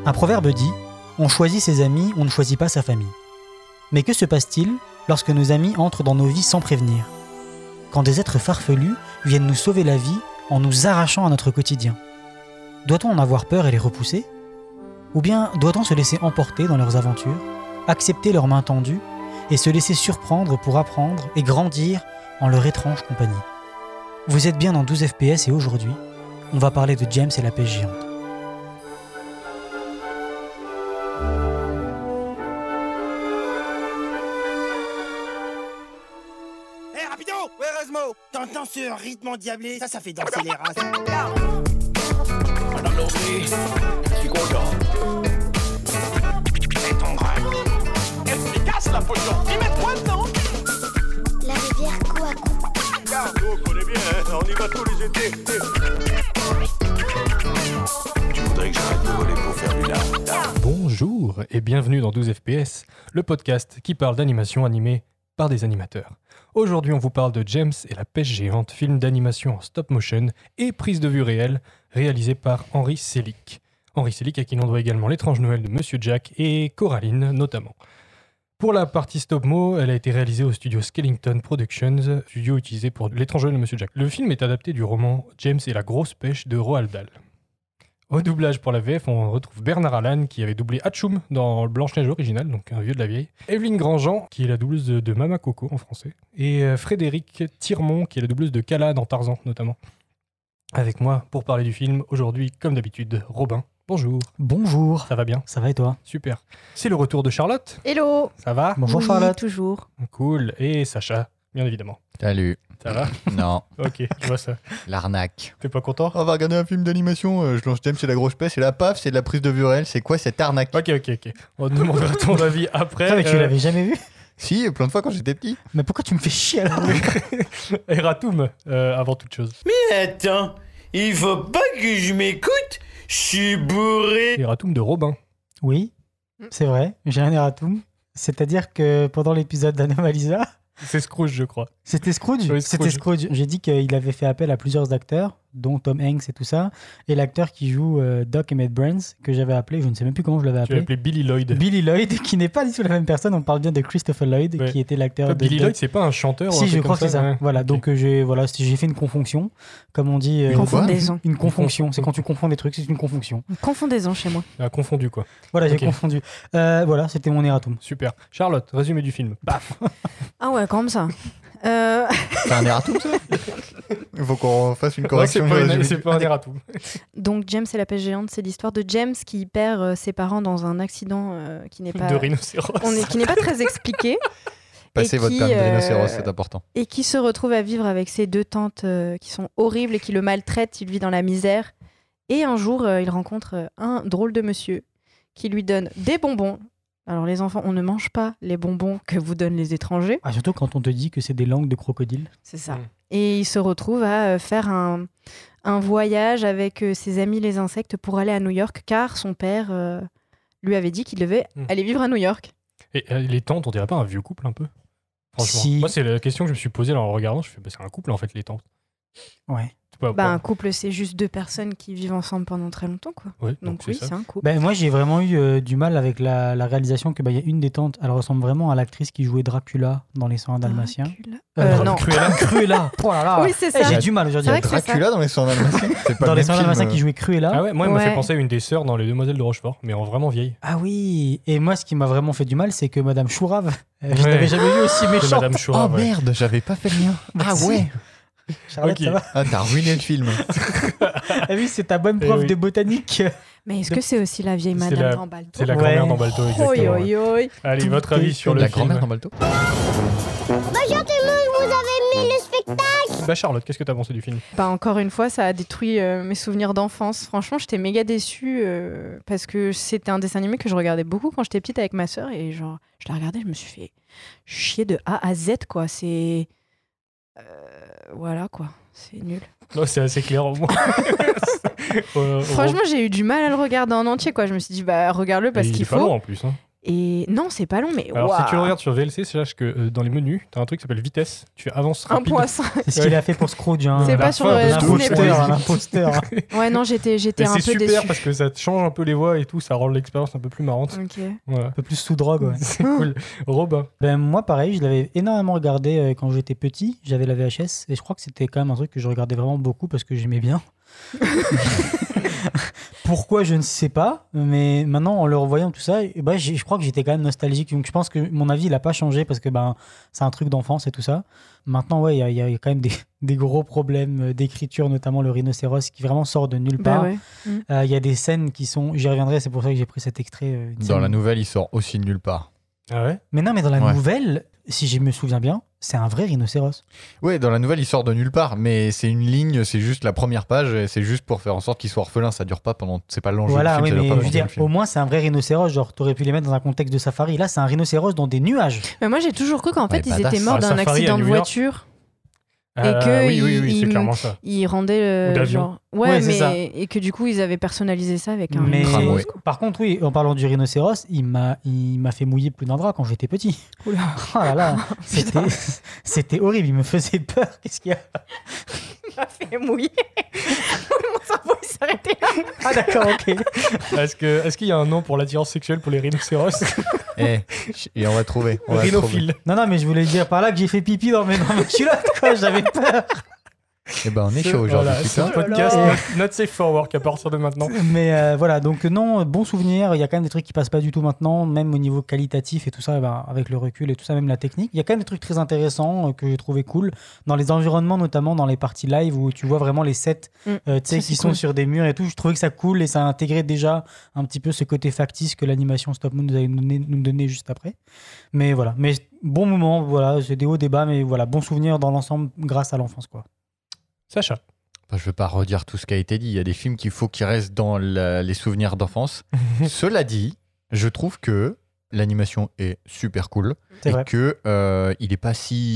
Un proverbe dit « On choisit ses amis, on ne choisit pas sa famille ». Mais que se passe-t-il lorsque nos amis entrent dans nos vies sans prévenir ? Quand des êtres farfelus viennent nous sauver la vie en nous arrachant à notre quotidien ? Doit-on en avoir peur et les repousser ? Ou bien doit-on se laisser emporter dans leurs aventures, accepter leurs mains tendues et se laisser surprendre pour apprendre et grandir en leur étrange compagnie ? Vous êtes bien dans 12 FPS et aujourd'hui, on va parler de James et la pêche géante. Hé, rapido! Ouais, Erasmo! T'entends ce rythme endiablé? Ça fait danser les races. Madame Losny, je suis content. C'est ton grade. Efficace la potion. Y mets-toi dedans. La rivière Kouakou. On connaît bien, hein. On y va tous les étés. Tu voudrais que j'arrête de voler pour faire du lard? Bonjour et bienvenue dans 12 FPS, le podcast qui parle d'animation animée par des animateurs. Aujourd'hui, on vous parle de James et la pêche géante, film d'animation en stop motion et prise de vue réelle, réalisé par Henry Selick. Henry Selick à qui l'on doit également l'étrange Noël de Monsieur Jack et Coraline notamment. Pour la partie stop-mo, elle a été réalisée au studio Skellington Productions, studio utilisé pour l'étrange Noël de Monsieur Jack. Le film est adapté du roman James et la grosse pêche de Roald Dahl. Au doublage pour la VF, on retrouve Bernard Allan qui avait doublé Hatchoum dans Blanche-Neige originale, donc un vieux de la vieille. Evelyne Grandjean qui est la doubleuse de Mama Coco en français. Et Frédéric Tirmont qui est la doubleuse de Kala dans Tarzan notamment. Avec moi pour parler du film aujourd'hui, comme d'habitude, Robin. Bonjour. Bonjour. Ça va bien ? Ça va et toi ? Super. C'est le retour de Charlotte. Hello. Ça va ? Bonjour Oui, Charlotte. toujours. Cool. Et Sacha, bien évidemment. Salut. Ça va ? Non, Ok, je vois ça. l'arnaque. T'es pas content ? On va regarder un film d'animation, je lance James et la grosse pêche, et là, paf, c'est de la prise de vue réelle. C'est quoi cette arnaque? Ok. On te demandera ton avis après. Ah, mais tu l'avais jamais vu ? Si, plein de fois quand j'étais petit. Mais pourquoi tu me fais chier alors ? Eratum, avant toute chose. Mais attends, il faut pas que je m'écoute? Je suis bourré. Eratum de Robin. Oui, c'est vrai, j'ai un erratum. C'est-à-dire que pendant l'épisode d'Anomalisa, C'est Scrooge, je crois. c'était Scrooge. Oui, C'était Scrooge. Scrooge. J'ai dit qu'il avait fait appel à plusieurs acteurs, dont Tom Hanks et tout ça. Et l'acteur qui joue Doc Emmett Brands, que j'avais appelé, je ne sais même plus comment je l'avais Tu l'as appelé. appelé Billy Lloyd. Billy Lloyd, qui n'est pas du tout la même personne. On parle bien de Christopher Lloyd, Ouais. qui était l'acteur de Billy Doc. Lloyd, c'est pas un chanteur ou un Si, truc je crois que comme c'est ça. Ouais. Voilà, Ok. donc j'ai fait une confonction, comme on dit. Confondaison. Une confonction, c'est quand tu confonds des trucs, c'est une confonction. Confondaison chez moi. Ah, confondu, quoi. Voilà, j'ai Ok. confondu. Voilà, c'était mon erratum. Super. Charlotte, résumé du film. Paf. Ah ouais, comme ça. C'est un erratum, ça? Il faut qu'on fasse une correction. Non, du c'est pas un Eratum. Donc James et la pêche géante, c'est l'histoire de James qui perd ses parents dans un accident qui n'est pas, De rhinocéros. qui n'est pas très expliqué Passez et votre qui, permis de rhinocéros, c'est important. et qui se retrouve à vivre avec ses deux tantes qui sont horribles et qui le maltraitent. Il vit dans la misère et un jour il rencontre un drôle de monsieur qui lui donne des bonbons. Alors les enfants, on ne mange pas les bonbons que vous donnent les étrangers. Ah, surtout quand on te dit que c'est des langues de crocodile. C'est ça. Mm. Et il se retrouve à faire un voyage avec ses amis les insectes pour aller à New York, car son père lui avait dit qu'il devait aller vivre à New York. Et les tantes, on dirait pas un vieux couple un peu? Franchement. Si. Moi, c'est la question que je me suis posée là, en regardant. Je fais, c'est un couple en fait, les tantes. Ouais. C'est pas- Un couple, c'est juste deux personnes qui vivent ensemble pendant très longtemps, quoi. Ouais, Donc c'est oui, ça. c'est un couple. Ben, moi, j'ai vraiment eu du mal avec la réalisation que y a une des tantes, elle ressemble vraiment à l'actrice qui jouait Dracula dans Les 101 Dalmatiens. Non. Cruella. Oh là là. Oui, c'est Eh, ça. j'ai du mal aujourd'hui. C'est vrai que c'est Dracula dans les 100 Dalmatiens. C'est pas Dans le Les même 101 Dalmatiens film. qui jouait Cruella. Ah ouais, moi, il m'a Ouais. fait penser à une des sœurs dans Les Demoiselles de Rochefort, mais en vraiment vieille. Ah oui. Et moi, ce qui m'a vraiment fait du mal, c'est que Madame Chourave, je Ouais. n'avais jamais vu aussi C'est méchante. Madame Oh Chourave. ouais. merde, j'avais pas fait le lien. Ah Merci. ouais. Charlotte, Ok. ça va? Ah, t'as ruiné le film. Ah oui, c'est ta bonne Eh prof oui. de botanique. Mais est-ce que c'est aussi la vieille C'est madame la- dans Balto? C'est la Ouais. grand-mère dans Balto, exactement. Oi, ouais. oi, oi. Allez, votre avis sur le La film. grand-mère dans Balto. Bonjour tout le monde, vous avez aimé le spectacle? Bah Charlotte, qu'est-ce que t'as pensé du film? Bah, encore une fois, ça a détruit mes souvenirs d'enfance. Franchement, j'étais méga déçue parce que c'était un dessin animé que je regardais beaucoup quand j'étais petite avec ma sœur et genre, je la regardais, je me suis fait chier de A à Z, quoi. C'est... voilà, quoi. C'est nul. Non, c'est assez clair au moins. Franchement, j'ai eu du mal à le regarder en entier, quoi. Je me suis dit, bah, regarde-le parce il qu'il est pas long faut. en plus. Hein. Et non, c'est pas long, mais Alors, waouh. si tu le regardes sur VLC, sache que dans les menus, t'as un truc qui s'appelle vitesse. Tu fais avance rapide. 1.5. C'est ce qu'il a fait pour Scrooge. Hein. C'est la pas sur fin de Cinépolis. L'imposteur. Ouais, non, j'étais Mais un c'est peu super déçue. parce que ça te change un peu les voix et tout, ça rend l'expérience un peu plus marrante. Ok. Voilà. Un peu plus sous drogue, ouais. C'est cool. Robin. Ben, moi, pareil, je l'avais énormément regardé quand j'étais petit. J'avais la VHS et je crois que c'était quand même un truc que je regardais vraiment beaucoup parce que j'aimais bien. Pourquoi, je ne sais pas. Mais maintenant, en le revoyant tout ça, et ben, je crois que j'étais quand même nostalgique. Donc, je pense que mon avis, il n'a pas changé parce que ben, c'est un truc d'enfance et tout ça. Maintenant, ouais, il y a quand même des gros problèmes d'écriture, notamment le rhinocéros qui vraiment sort de nulle Bah part. ouais. Il y a des scènes qui sont... J'y reviendrai, c'est pour ça que j'ai pris cet extrait. une Dans scène- la nouvelle, il sort aussi de nulle part. Ah ouais? Mais non, mais dans la Ouais. nouvelle, si je me souviens bien, c'est un vrai rhinocéros. Ouais, dans la nouvelle, il sort de nulle part, mais c'est une ligne, c'est juste la première page, et c'est juste pour faire en sorte qu'il soit orphelin. Ça dure pas pendant. C'est pas l'enjeu Voilà, du oui, film, ça mais dure pas je veux pendant dire, tout le film. au moins c'est un vrai rhinocéros. Genre, t'aurais pu les mettre dans un contexte de safari. Là, c'est un rhinocéros dans des nuages. Mais moi, j'ai toujours cru qu'en fait, Ouais, ils badass. étaient morts Ah, d'un Safari à accident de New York. voiture. Et que oui, c'est il- clairement ça. Ils rendaient Ou d'avion. genre... Ouais, Ouais, c'est ça. mais... Et que du coup, ils avaient personnalisé ça avec un Mais Tramway. rhinocéros, quoi. par contre, oui, en parlant du rhinocéros, il m'a fait mouiller plus d'un drap quand j'étais petit. Oula. Oh là là, c'était horrible. Il me faisait peur. Qu'est-ce qu'il y a? Il m'a fait mouiller. Mon cerveau, il s'est arrêté là. Ah d'accord, ok. Est-ce qu'il y a un nom pour l'attirance sexuelle pour les rhinocéros? Et on va trouver. on va trouver. Rhinophile. Non, non, mais je voulais dire par là que j'ai fait pipi dans mes culottes, quoi. J'avais peur. Eh ben, on est chaud aujourd'hui, Voilà, c'est un putain. podcast là là. not safe for work à partir de maintenant. Mais voilà, donc non, bon souvenir. Il y a quand même des trucs qui passent pas du tout maintenant, même au niveau qualitatif et tout ça, ben, avec le recul et tout ça, même la technique. Il y a quand même des trucs très intéressants que j'ai trouvé cool dans les environnements, notamment dans les parties live où tu vois vraiment les sets, tu sais, Ça, qui c'est sont cool. sur des murs et tout. Je trouvais que ça cool et ça intégrait déjà un petit peu ce côté factice que l'animation stop motion nous allait nous donner juste après. Mais voilà, mais bon moment, voilà, c'est des hauts, des bas, mais voilà, bon souvenir dans l'ensemble grâce à l'enfance, quoi. Sacha. Enfin, je veux pas redire tout ce qui a été dit. Il y a des films qu'il faut qu'ils restent dans les souvenirs d'enfance. Cela dit, je trouve que l'animation est super cool C'est et vrai. que il est pas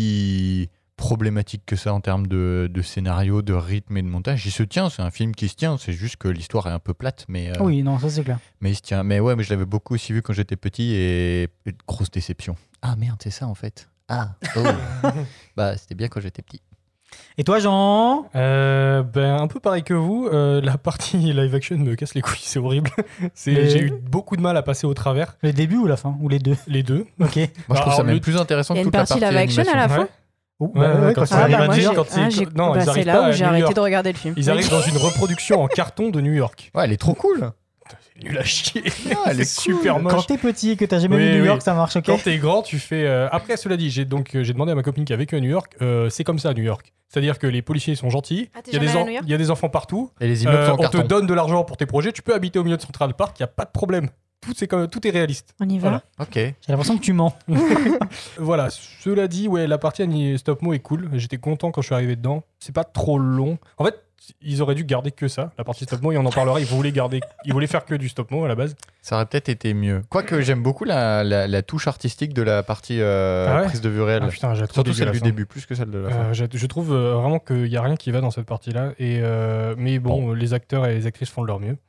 si problématique que ça en termes de scénario, de rythme et de montage. Il se tient, c'est un film qui se tient. C'est juste que l'histoire est un peu plate, mais Oui, non, ça c'est clair. mais il se tient. Mais ouais, mais je l'avais beaucoup aussi vu quand j'étais petit et grosse déception. Ah merde, c'est ça en fait. Ah, oh. Bah c'était bien quand j'étais petit. Et toi, Jean? Ben, un peu pareil que vous, la partie live action me casse les couilles, c'est horrible. Mais- J'ai eu beaucoup de mal à passer au travers, Le début ou la fin? Ou les deux? les deux. Ok. Moi, je trouve Alors, ça même le- plus intéressant Il y que a une toute la partie partie live action à la animation. fin. Oh, Ouais, ouais, quand quand ça ça arrive arrive à à New New York, York. quand c'est- non, ils c'est arrivent pas là à où j'ai New arrêté York. de regarder le film. Ils arrivent dans une reproduction en carton de New York. Ouais, elle est trop cool. C'est nul à chier. elle est C'est super moche. Quand t'es petit et que t'as jamais Oui, vu New oui. York, ça marche, ok? Quand t'es grand, tu fais. Après, cela dit, j'ai demandé à ma copine qui a vécu à New York. C'est comme ça à New York. C'est-à-dire que les policiers sont gentils. Ah, t'es Il y a jamais des allé à New York il y a des enfants partout. Et les immeubles sont en On te carton. donne de l'argent pour tes projets. Tu peux habiter au milieu de Central Park. Il y a pas de problème. Tout est réaliste. On y va. Voilà. Ok. J'ai l'impression que tu mens. Voilà, cela dit, ouais, la partie stop mo est cool. J'étais content quand je suis arrivé dedans. C'est pas trop long. En fait, ils auraient dû garder que ça, la partie stop mo, et on en parlera. Ils voulaient faire que du stop mo à la base. Ça aurait peut-être été mieux. Quoique j'aime beaucoup la touche artistique de la partie Ah ouais prise de vue réelle. Ah putain, j'ai trop Surtout celle du dégueulasse, hein. début, plus que celle de la fin. Je trouve vraiment qu'il y a rien qui va dans cette partie-là. Mais bon, les acteurs et les actrices font de leur mieux.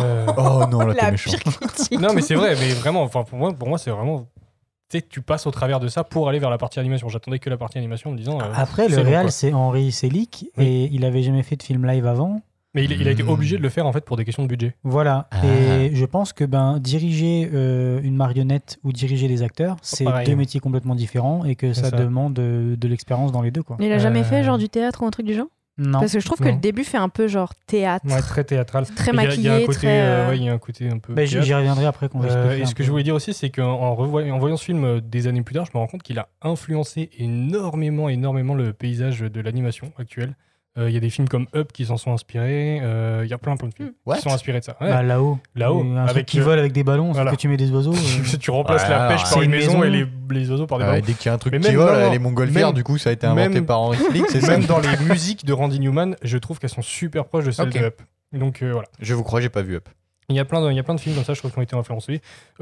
Oh non, là t'es La méchant. pire critique. Non, mais c'est vrai, mais vraiment, enfin, pour moi c'est vraiment. Tu sais, tu passes au travers de ça pour aller vers la partie animation. J'attendais que la partie animation en me disant. Après, le c'est bon, réal, quoi. c'est Henri Selick Oui. et il avait jamais fait de film live avant. Mais il a été obligé de le faire en fait pour des questions de budget. Voilà. Ah. Et je pense que diriger une marionnette ou diriger des acteurs, c'est pareil, deux hein. métiers complètement différents et que C'est ça ça. demande de l'expérience dans les deux, quoi. Il a jamais Euh, fait genre du théâtre ou un truc du genre? Non. Parce que je trouve que Non. le début fait un peu genre théâtre. Ouais, très théâtral. Très Il y a un maquillé, côté, très. ouais, il y a un côté un peu. Ben, théâtre. j'y reviendrai après quand j'expliquerai Et un ce que peu. je voulais dire aussi, c'est qu'en voyant ce film des années plus tard, je me rends compte qu'il a influencé énormément le paysage de l'animation actuelle. Il y a des films comme Up qui s'en sont inspirés. Il y a plein de films What qui sont inspirés de ça. Ouais. Bah, là-haut. Là-haut, Un truc avec qui vole avec des ballons, voilà. que tu mets des oiseaux. tu remplaces Ouais, la pêche alors, par c'est une une maison et maison. les oiseaux par des Ouais, ballons. dès qu'il y a un truc Mais qui même- vole, non, les montgolfières, même- du coup, ça a été inventé même- par Henry Selick, c'est ça Même dans les musiques de Randy Newman, je trouve qu'elles sont super proches de celles Ok. de Up. Donc voilà. Je vous crois, j'ai pas vu Up. Il y a plein de films comme ça, je trouve, qui ont été influencés.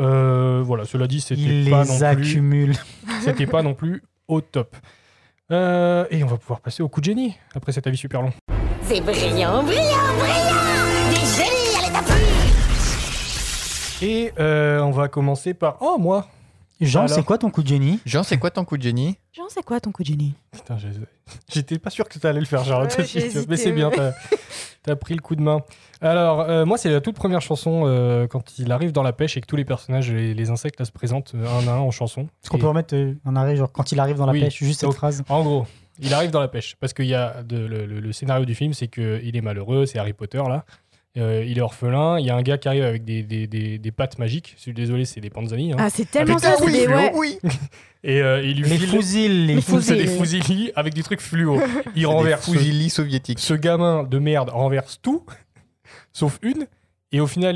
Voilà, cela dit, Il c'était pas, les non plus, accumule. c'était pas non plus au top. Et on va pouvoir passer au coup de génie, après cet avis super long. C'est brillant, brillant, brillant! Des génies à l'état pur! Et on va commencer par... Oh, moi Jean, Alors. c'est quoi ton coup de génie? Jean, c'est quoi ton coup de génie? Jean, c'est quoi ton coup de génie? Putain, j'étais pas sûr que tu allais le faire, Charlotte. Ouais, j'ai hésité, mais c'est bien, t'as pris le coup de main. Alors, moi, c'est la toute première chanson quand il arrive dans la pêche et que tous les personnages, les insectes, là, se présentent un à un en chanson. Est-ce qu'on Et- peut remettre un arrêt, genre quand il arrive dans la Oui. pêche, juste cette Donc, phrase? En gros, il arrive dans la pêche parce qu'il y a le scénario du film, c'est qu'il est malheureux, c'est Harry Potter là. Il est orphelin. Il y a un gars qui arrive avec des pattes magiques. Je suis désolé, c'est des panzani. Hein. Ah, c'est tellement Avec ça, des c'est des. Ouais. oui. Et il lui Les file. fusils, les C'est des fusils. fusils avec des trucs fluo. Il Des renverse. fusils soviétiques. Ce gamin de merde renverse tout, sauf une. Et au final,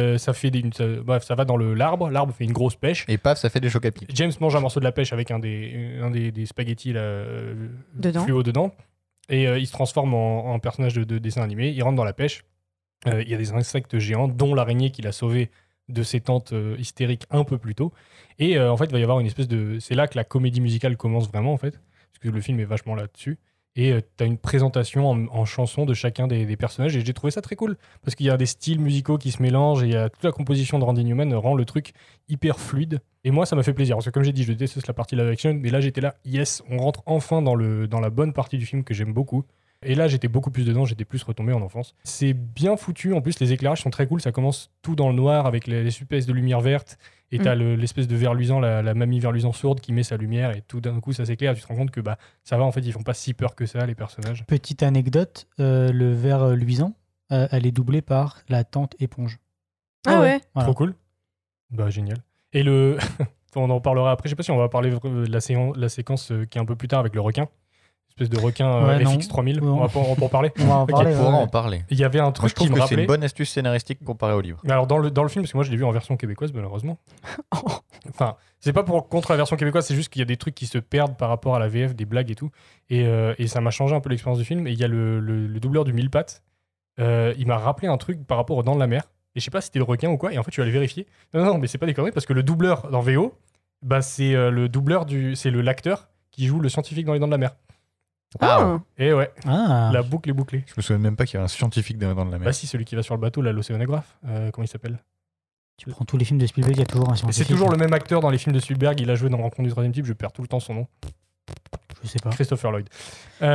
ça va dans l'arbre. L'arbre fait une grosse pêche. Et paf, ça fait des chocs à pic. James mange un morceau de la pêche avec un des spaghettis là, Dedans. fluo dedans. Et il se transforme en personnage de dessin animé. Il rentre dans la pêche. Il y a des insectes géants, dont l'araignée qu'il a sauvé de ses tentes hystériques un peu plus tôt. Et en fait, il va y avoir une espèce de... C'est là que la comédie musicale commence vraiment, en fait. Parce que le film est vachement là-dessus. Et tu as une présentation en chanson de chacun des personnages. Et j'ai trouvé ça très cool. Parce qu'il y a des styles musicaux qui se mélangent. Et il y a toute la composition de Randy Newman rend le truc hyper fluide. Et moi, ça m'a fait plaisir. Parce que comme j'ai dit, je déteste la partie live action. Mais là, j'étais là, yes, on rentre enfin dans la bonne partie du film que j'aime beaucoup. Et là, j'étais beaucoup plus dedans, j'étais plus retombé en enfance. C'est bien foutu, en plus, les éclairages sont très cool. Ça commence tout dans le noir avec les espèces de lumière verte. Et t'as l'espèce de ver luisant, la mamie ver luisant sourde qui met sa lumière. Et tout d'un coup, ça s'éclaire. Tu te rends compte que ça va, en fait, ils font pas si peur que ça, les personnages. Petite anecdote, le ver luisant, elle est doublée par la tante éponge. Ah ouais. Voilà. Trop cool. Bah, génial. Et on en parlera après. Je sais pas si on va parler de la séquence qui est un peu plus tard avec le requin. Espèce de requin Ouais, non. FX3000. Ouais, On va pas en parler. On va en Ok, parler. On pourra ouais. en parler. Il y avait un Moi, truc je qui trouve me que c'est rappelait. une bonne astuce scénaristique comparée au livre. Mais alors dans le film, parce que moi je l'ai vu en version québécoise malheureusement. Enfin, c'est pas contre la version québécoise, c'est juste qu'il y a des trucs qui se perdent par rapport à la VF, des blagues et tout. Et ça m'a changé un peu l'expérience du film. Et il y a le doubleur du mille pattes. Il m'a rappelé un truc par rapport aux Dents de la Mer. Et je sais pas si c'était le requin ou quoi. Et en fait, tu vas aller vérifier. Non, mais c'est pas des conneries parce que le doubleur dans VO, c'est le doubleur c'est l'acteur qui joue le scientifique dans les Dents de la Mer. Ah. Et ouais, Ah, la boucle est bouclée. Je me souviens même pas qu'il y avait un scientifique dans la mer. Bah si, celui qui va sur le bateau, là, l'océanographe. Comment il s'appelle? tu prends tous les films de Spielberg, il y a toujours un Et scientifique. c'est toujours le même acteur dans les films de Spielberg. Il a joué dans Rencontre du troisième type. Je perds tout le temps son nom. Je sais pas. Christopher Lloyd. On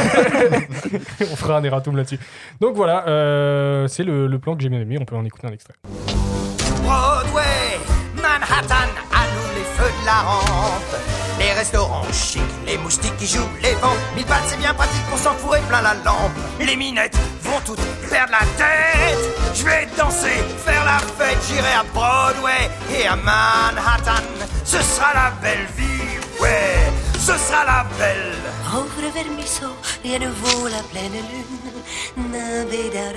fera un erratum là-dessus. Donc voilà, c'est le plan que j'ai bien aimé. On peut en écouter un extrait. Broadway, Manhattan, à nous les feux de la rampe. Les restaurants chics, les moustiques qui jouent les vents. Mille balles, c'est bien pratique pour s'enfourrer plein la lampe. Les minettes vont toutes perdre la tête. Je vais danser, faire la fête. J'irai à Broadway et à Manhattan. Ce sera la belle vie, ouais, ce sera la belle. Over le vermisseau, et à nouveau la pleine lune. Nabédare.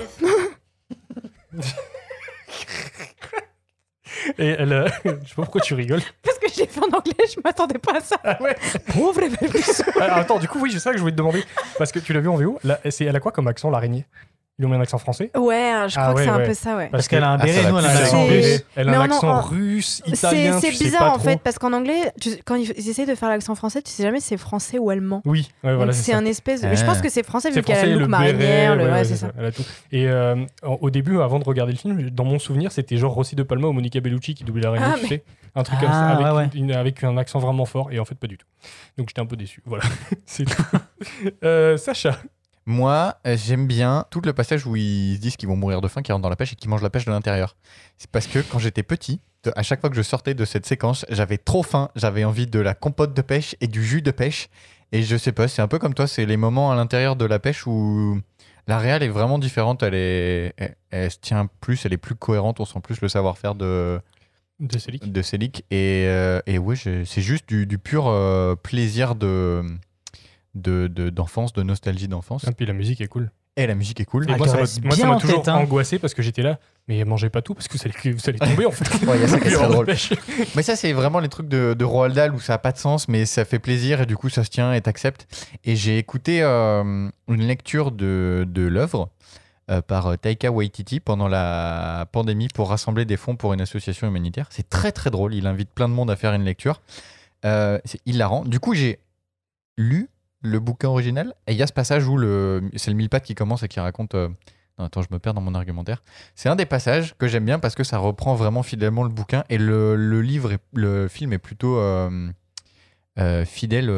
Et elle, je sais pas pourquoi tu rigoles. Parce que j'ai fait en anglais, je m'attendais pas à ça. Ah ouais. Pauvre Vermisseau. Attends, du coup, oui, c'est ça que je voulais te demander. Parce que tu l'as vu en VO. Là, elle a quoi comme accent, l'araignée? Ils ont mis un accent français? Ouais, je crois Ah que c'est ouais, un ouais. peu ça, ouais. Parce qu'elle a un Ah, ça béret, va nous, elle a plus un être accent en russe. Elle a Mais un en- accent en- russe, italien. C'est tu sais bizarre pas en trop. fait, parce qu'en anglais, quand ils essayent de faire l'accent français, tu sais jamais si c'est français ou allemand. Oui, ouais, voilà, Donc c'est c'est ça. un espèce. Mais je pense que c'est français vu C'est qu'elle a français, le le look marinière. béret, Ouais, c'est ça. Elle a tout. Et au début, avant de regarder le film, dans mon souvenir, c'était genre Rossi de Palma ou Monica Bellucci qui doublait l'araignée, Ah, tu mais- sais. Un truc comme ça, Ah, avec, ouais. avec un accent vraiment fort, et en fait, pas du tout. Donc j'étais un peu déçu. Voilà, c'est tout. Sacha. Moi, j'aime bien tout le passage où ils se disent qu'ils vont mourir de faim, qu'ils rentrent dans la pêche et qu'ils mangent la pêche de l'intérieur. C'est parce que quand j'étais petit, à chaque fois que je sortais de cette séquence, j'avais trop faim, j'avais envie de la compote de pêche et du jus de pêche. Et je sais pas, c'est un peu comme toi, c'est les moments à l'intérieur de la pêche où la réal est vraiment différente, elle se tient plus, elle est plus cohérente, on sent plus le savoir-faire de Selick. Et ouais, c'est juste du pur plaisir d'enfance, de nostalgie d'enfance. Et puis la musique est cool. Et la musique est cool. Et Ah, moi, te ça reste m'a bien en toujours tête, hein. angoissé parce que j'étais là, mais mangez pas tout parce que vous allez tomber en fait. Ouais, il y a ça qui est Puis, très hors de drôle. pêche. Mais ça, c'est vraiment les trucs de Roald Dahl où ça n'a pas de sens, mais ça fait plaisir et du coup, ça se tient et t'acceptes. Et j'ai écouté une lecture de l'œuvre par Taika Waititi pendant la pandémie pour rassembler des fonds pour une association humanitaire. C'est très très drôle. Il invite plein de monde à faire une lecture. C'est hilarant. Du coup, j'ai lu le bouquin original et il y a ce passage où c'est le mille pattes qui commence et qui raconte Non, attends, je me perds dans mon argumentaire. C'est un des passages que j'aime bien parce que ça reprend vraiment fidèlement le bouquin et le film est plutôt fidèle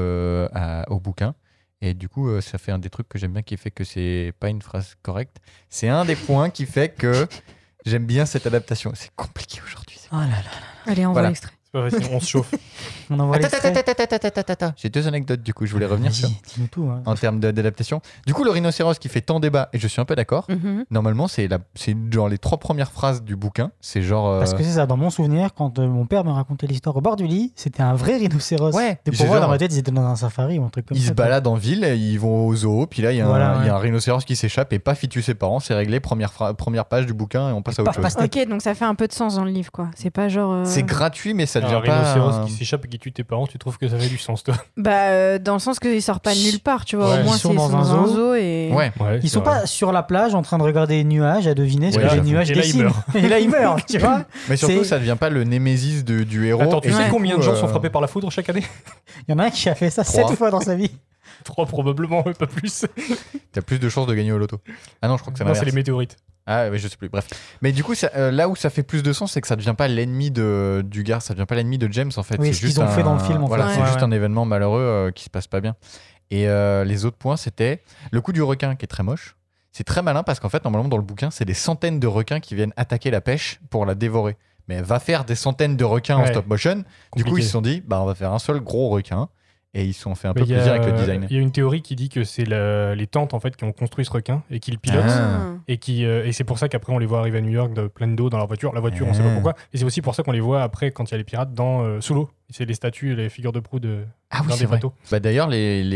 au bouquin. Et du coup, ça fait un des trucs que j'aime bien qui fait que c'est pas une phrase correcte. C'est un des points qui fait que j'aime bien cette adaptation. C'est compliqué aujourd'hui. Oh là là. Allez, on voit Voilà. l'extrait. C'est pas facile, on se chauffe. On envoie l'extrait. Attends. J'ai 2 anecdotes du coup, je voulais revenir sur. Vas-y, dis-nous tout. Hein. En termes d'adaptation. Du coup, le rhinocéros qui fait tant débat, et je suis un peu d'accord, Mhm. normalement, c'est genre les 3 premières phrases du bouquin. C'est genre. Parce que c'est ça, dans mon souvenir, quand mon père me racontait l'histoire au bord du lit, c'était un vrai rhinocéros. Ouais, Et c'est pour moi, genre- dans ma tête, ils étaient dans un safari ou un truc comme Ils ça. se baladent en ville, ils vont au zoo, puis là, il y a Voilà, il y a ouais. un rhinocéros qui s'échappe et paf, il tue ses parents. C'est réglé, première page du bouquin, et on passe à autre Paf, chose. paf, Ok, donc ça fait un peu de sens dans le livre, quoi. C'est pas genre. C'est gratuit, mais ça Un devient pas. rhinocéros qui s'échappe et qui tue tes parents, tu trouves que ça fait du sens, toi? Bah, dans le sens qu'il sort pas de nulle part, tu vois. Ouais. Au moins, Ils sont c'est dans un un zoo. zoo et. Ouais. Ouais, Ils sont pas sur la plage en train de regarder les nuages à deviner ce Ouais, que les j'avoue. nuages Et là, ils dessinent. meurent. Et là, ils meurent, tu vois. Mais surtout, C'est- ça devient pas le némésis du héros. Attends, tu et sais du combien coup, de gens sont frappés par la foudre chaque année? Il y en a un qui a fait ça 3. 7 fois dans sa vie. 3 probablement, mais pas plus. T'as plus de chances de gagner au loto. Ah non, je crois que c'est Non, c'est l'inverse. les météorites. Ah, mais je sais plus. Bref. Mais du coup, là où ça fait plus de sens, c'est que ça devient pas l'ennemi du gars, ça devient pas l'ennemi de James en fait. Oui, c'est ce qu'ils juste ont fait dans le film, en Voilà, fait. c'est Ouais, juste ouais. un événement malheureux qui se passe pas bien. Et les autres points, c'était le coup du requin qui est très moche. C'est très malin parce qu'en fait, normalement, dans le bouquin, c'est des centaines de requins qui viennent attaquer la pêche pour la dévorer. Mais elle va faire des centaines de requins en Ouais. stop motion. Du coup, Compliqué. ils se sont dit, bah, on va faire un seul gros requin. Et ils se sont fait un peu Mais il y a- plaisir avec le design. Il y a une théorie qui dit que c'est les tantes en fait qui ont construit ce requin et qui le pilotent. Ah. Et c'est pour ça qu'après on les voit arriver à New York pleine d'eau dans leur voiture. La voiture, on sait pas pourquoi. Et c'est aussi pour ça qu'on les voit après quand il y a les pirates sous l'eau. C'est les statues, les figures de proue de Ah oui, l'un c'est des vrai. bateaux. Bah, d'ailleurs,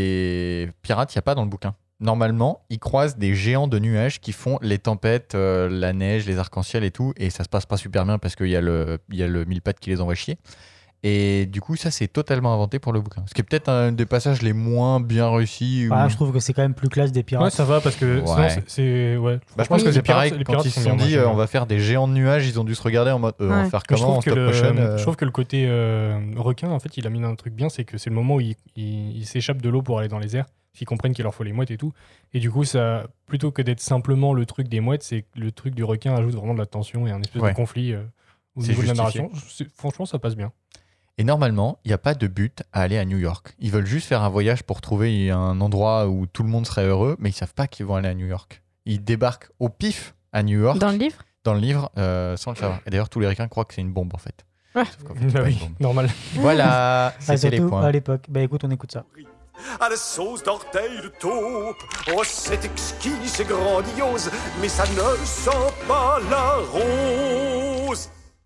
les pirates, il n'y a pas dans le bouquin. Normalement, ils croisent des géants de nuages qui font les tempêtes, la neige, les arcs-en-ciel et tout. Et ça se passe pas super bien parce qu'il y a le mille pattes qui les envoie chier. Et du coup, ça, c'est totalement inventé pour le bouquin. Ce qui est peut-être un des passages les moins bien réussis. Ah, ou- je trouve que c'est quand même plus classe des pirates. Ouais, ça va parce que Ouais. sinon c'est ouais. Bah, je pense Oui, que les c'est pirates- pareil. les Quand pirates ils se sont sont bien, dit, moi, on va faire des géants de nuages, ils ont dû se regarder en mode, on va Ouais. faire Mais je comment en trouve, que stop motion je trouve que le côté requin, en fait, il a mis un truc bien, c'est que c'est le moment où il s'échappe de l'eau pour aller dans les airs, ils comprennent qu'il leur faut les mouettes et tout. Et du coup, ça, plutôt que d'être simplement le truc des mouettes, c'est que le truc du requin ajoute vraiment de la tension et un espèce Ouais. de conflit au C'est niveau de la justifié. narration. Franchement, ça passe bien. Et normalement, il n'y a pas de but à aller à New York. Ils veulent juste faire un voyage pour trouver un endroit où tout le monde serait heureux, mais ils savent pas qu'ils vont aller à New York. Ils débarquent au pif à New York, Dans le livre dans le livre, sans le savoir. Et d'ailleurs, tous les ricains croient que c'est une bombe, en fait. Ouais. Sauf qu'en fait, c'est Bah pas oui, une bombe. normal. Voilà, Ah, c'était les surtout points. à l'époque. Bah écoute, on écoute ça. À la sauce d'orteil de taupe. Oh, c'est exquis, c'est grandiose, mais ça ne sent pas la rose.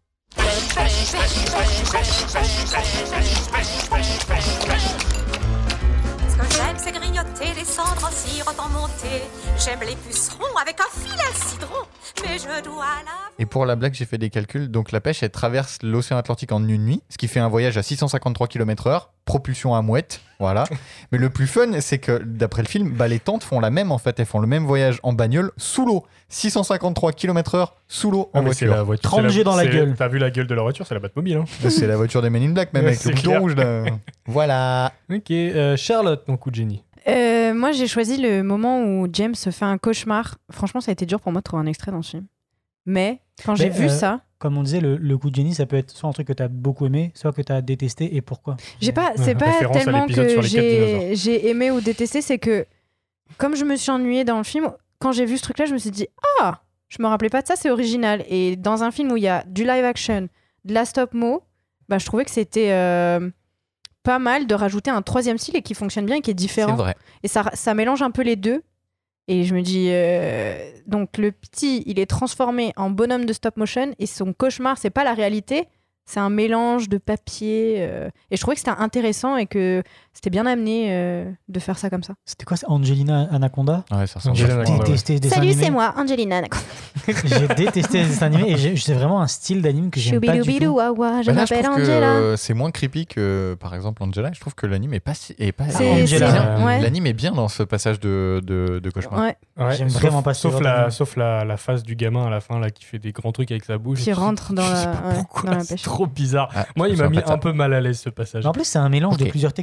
Ce que j'aime, c'est grignoter les cendres en sirotant monter. J'aime les pucerons avec un filet de citron. Mais je dois la... Et pour la blague, j'ai fait des calculs. Donc la pêche, elle traverse l'océan Atlantique en une nuit, ce qui fait un voyage à 653 km/h, propulsion à mouette, voilà. Mais le plus fun, c'est que d'après le film, bah, les tantes font la même en fait. Elles font le même voyage en bagnole sous l'eau. 653 km/h sous l'eau en Ah, mais c'est voiture. la voiture. 30 G dans la gueule. T'as vu la gueule de la voiture, c'est la Batmobile. Hein. C'est la voiture des Men in Black, même Ouais, avec le c'est bouton clair. rouge là. Voilà. Ok, Charlotte, ton coup de génie. Moi, j'ai choisi le moment où James se fait un cauchemar. Franchement, ça a été dur pour moi de trouver un extrait dans ce film. Mais quand j'ai Mais, vu ça, Comme on disait, le coup de génie, ça peut être soit un truc que tu as beaucoup aimé, soit que tu as détesté, et pourquoi. c'est pas référence à tellement l'épisode sur que les 4 dinosaures. j'ai aimé ou détesté, c'est que comme je me suis ennuyée dans le film, quand j'ai vu ce truc-là, je me suis dit ah, je me rappelais pas de ça, c'est original. Et dans un film où il y a du live action, de la stop mo, bah je trouvais que c'était pas mal de rajouter un troisième style et qui fonctionne bien et qui est C'est différent. vrai. Et ça mélange un peu les deux. Et je me dis, donc le petit, il est transformé en bonhomme de stop motion et son cauchemar, c'est pas la réalité, c'est un mélange de papier. Et je trouvais que c'était intéressant et que c'était bien amené de faire ça comme ça. C'était quoi, c'est Angelina Anaconda? Ouais, ça ressemble. J'ai J'ai Anaconda, détesté ce dessin Salut, animé. c'est moi, Angelina. J'ai détesté les dessins animés et c'est vraiment un style d'anime que j'aime pas du Choubidou tout. wawa, je Bah là, je m'appelle trouve Angela. que c'est moins creepy que par exemple Angela. Je trouve que l'anime est pas C'est Angela. c'est- ouais. L'anime est bien dans ce passage de cauchemar. Ouais, Ouais, J'aime sauf- vraiment pas ce sauf genre la, d'anime. sauf la face du gamin à la fin là qui fait des grands trucs avec sa bouche. qui rentre dans Je sais la, pas ouais, pourquoi, dans la c'est pêche. trop bizarre. Ah, Moi, je il me m'a mis souviens pas de un peu mal à l'aise ce passage. Mais en plus, c'est un mélange de Ok. plusieurs techniques parce Oui. qu'il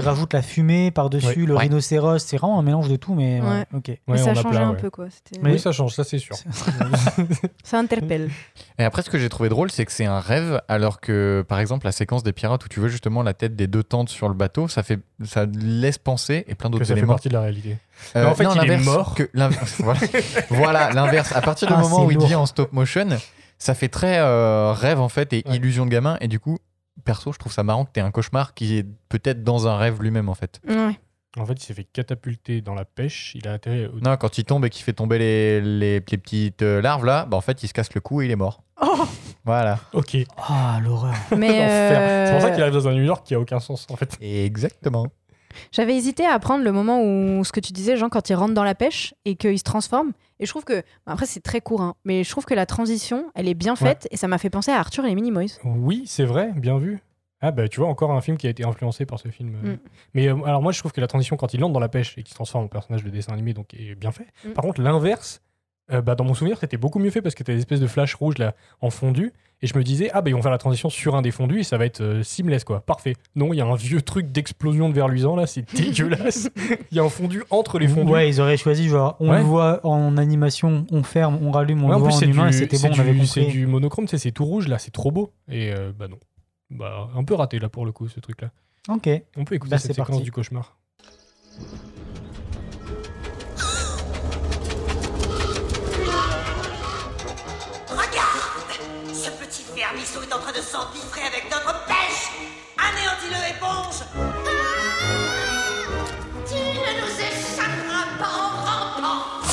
rajoutent la fumée par-dessus, le Ouais. rhinocéros. C'est vraiment un mélange de tout, mais Ouais. ok. Mais Ouais, ça on a changeait plein, un ouais. peu, quoi. C'était- Mais- Oui, ça change, ça c'est sûr. Ça interpelle. Et après, ce que j'ai trouvé drôle, c'est que c'est un rêve, alors que, par exemple, la séquence des pirates où tu veux justement la tête des deux tantes sur le bateau, ça laisse penser, et plein Que d'autres ça fait éléments. partie de la réalité. Mais en fait, non, il est l'inverse, mort. voilà, Voilà, l'inverse. À partir du Ah, moment c'est où il lourd. devient en stop motion, ça fait très rêve en fait et Ouais. illusion de gamin. Et du coup, perso, je trouve ça marrant que t'aies un cauchemar qui est peut-être dans un rêve lui-même en fait. Ouais. En fait, il s'est fait catapulter dans la pêche. Il a atterri au... Non, quand il tombe et qu'il fait tomber les petites larves là, bah en fait, il se casse le cou et il est mort. Oh Voilà. Ok. Ah, l'horreur. Mais L'enfer. C'est pour ça qu'il arrive dans un New York qui a aucun sens en fait. Exactement. j'avais hésité à prendre le moment où ce que tu disais, Jean, quand il rentre dans la pêche et qu'il se transforme. Et je trouve que, après c'est très court, hein, mais je trouve que la transition, elle est bien faite et ça m'a fait penser à Arthur et les Minimoys. Oui, c'est vrai, bien vu. Ah bah tu vois, encore un film qui a été influencé par ce film. Mais alors moi je trouve que la transition quand il entre dans la pêche et qu'il se transforme en personnage de dessin animé donc est bien fait. Mm. Par contre l'inverse, dans mon souvenir c'était beaucoup mieux fait parce que t'as des espèces de flash rouges là en fondu et je me disais ah bah ils vont faire la transition sur un des fondus et ça va être seamless quoi, parfait. Non, il y a un vieux truc d'explosion de verre luisant là, c'est dégueulasse. Il y a un fondu entre les fondus. Ouais, ils auraient choisi genre, on Ouais. le voit en animation, on ferme, on rallume, on Ouais, le en voit plus en c'est humain, et du, c'était c'est bon, on avait du, c'est compris. du monochrome, c'est tout rouge là, c'est trop beau. Et bah non. Bah un peu raté là pour le coup ce truc là. Ok. On peut écouter Bah, cette c'est séquence parti. du cauchemar. Regarde! Ce petit vermisseau est en train de s'empiffrer avec notre pêche! Anéantis-le, éponge! Tu ne nous échapperas pas en rampant!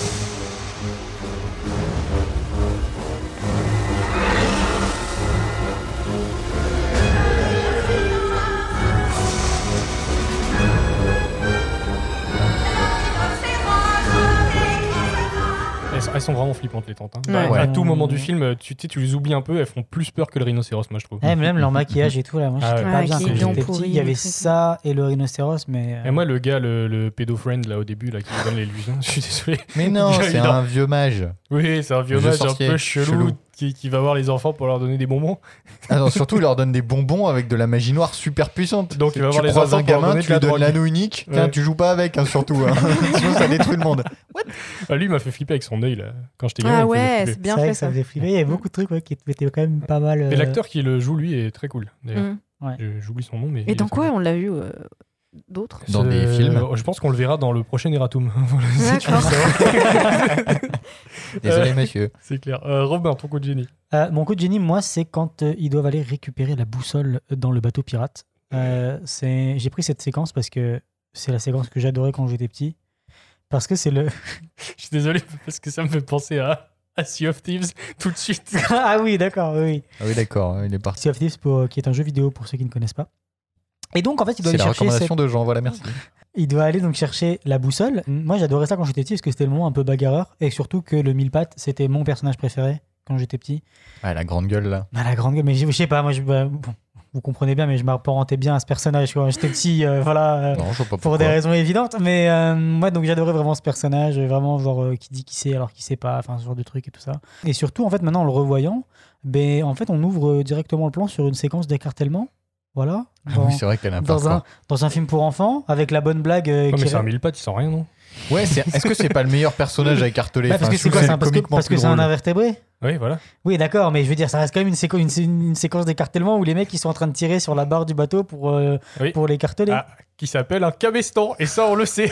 Elles sont vraiment flippantes les tantes. Hein. Ouais. À tout moment du film, tu les oublies un peu, elles font plus peur que le rhinocéros, moi je trouve. Eh, même leur maquillage et tout, là, moi Ah j'étais ouais. pas Ouais, bien qui quand est bien j'étais pourri, petit. Il y avait le truc. ça et le rhinocéros, mais. Et moi, le gars, le pédo-friend là au début, là, qui lui donne l'illusion, je suis désolé. Mais non, Il c'est a- un vieux mage. Oui, c'est un vieux Le mage un sorcier, peu chelou, chelou. qui va voir les enfants pour leur donner des bonbons. Ah non, surtout, il leur donne des bonbons avec de la magie noire super puissante. Donc, il va tu voir les croises enfants un pour leur gamin, donner tu de la lui donnes drogue. l'anneau unique. Tiens, Ouais. tu joues pas avec, hein, surtout. Hein. Sinon, ça détruit le monde. Ah, lui, il m'a fait flipper avec son œil là. Quand j'étais gamin, Ah il me faisait ouais, flipper. c'est bien c'est vrai fait que ça ça. faisait flipper. Il y avait beaucoup de trucs ouais, qui étaient quand même pas mal. Et l'acteur qui le joue, lui, est très cool. D'ailleurs. Mm. J'oublie son nom, mais. Et il dans est quoi très on l'a vu d'autres Dans des films. Je pense qu'on le verra dans le prochain Eratum. Voilà, si tu veux D'accord. savoir. Désolé, monsieur. C'est clair. Robin, ton coup de génie. Mon coup de génie, moi, c'est quand ils doivent aller récupérer la boussole dans le bateau pirate. J'ai pris cette séquence parce que c'est la séquence que j'adorais quand j'étais petit. Parce que c'est le. Je suis désolé parce que ça me fait penser à Sea of Thieves tout de suite. Ah oui, d'accord, oui. Ah oui, d'accord, il est parti. Sea of Thieves, qui est un jeu vidéo pour ceux qui ne connaissent pas. Et donc, en fait, il doit C'est aller la chercher. recommandation de Jean, voilà, merci. Il doit aller donc chercher la boussole. Moi, j'adorais ça quand j'étais petit parce que c'était le moment un peu bagarreur. Et surtout que le mille pattes, c'était mon personnage préféré quand j'étais petit. Ah, la grande gueule, là. Ah, la grande gueule, mais je sais pas, moi, bon, vous comprenez bien, mais je m'apparentais bien à ce personnage quand j'étais petit. Voilà. Non, je vois pas Pour pourquoi. des raisons évidentes, mais moi donc j'adorais vraiment ce personnage, vraiment genre qui dit qui sait alors qui sait pas, enfin ce genre de truc et tout ça. Et surtout en fait maintenant en le revoyant, ben en fait on ouvre directement le plan sur une séquence d'écartèlement, voilà, Ah oui, c'est vrai qu'elle a pas dans un film pour enfants avec la bonne blague. Ouais, qui mais c'est un mille pattes, il sent rien, non? Ouais, est-ce que c'est pas le meilleur personnage à écarteler? Bah, parce Enfin, que je c'est trouve quoi, que parce que comiquement parce que plus c'est un drôle. invertébré. Oui, voilà. Oui, d'accord, mais je veux dire, ça reste quand même une séquence d'écartèlement où les mecs ils sont en train de tirer sur la barre du bateau pour Oui. l'écarteler. Ah, qui s'appelle un cabestan, et ça on le sait.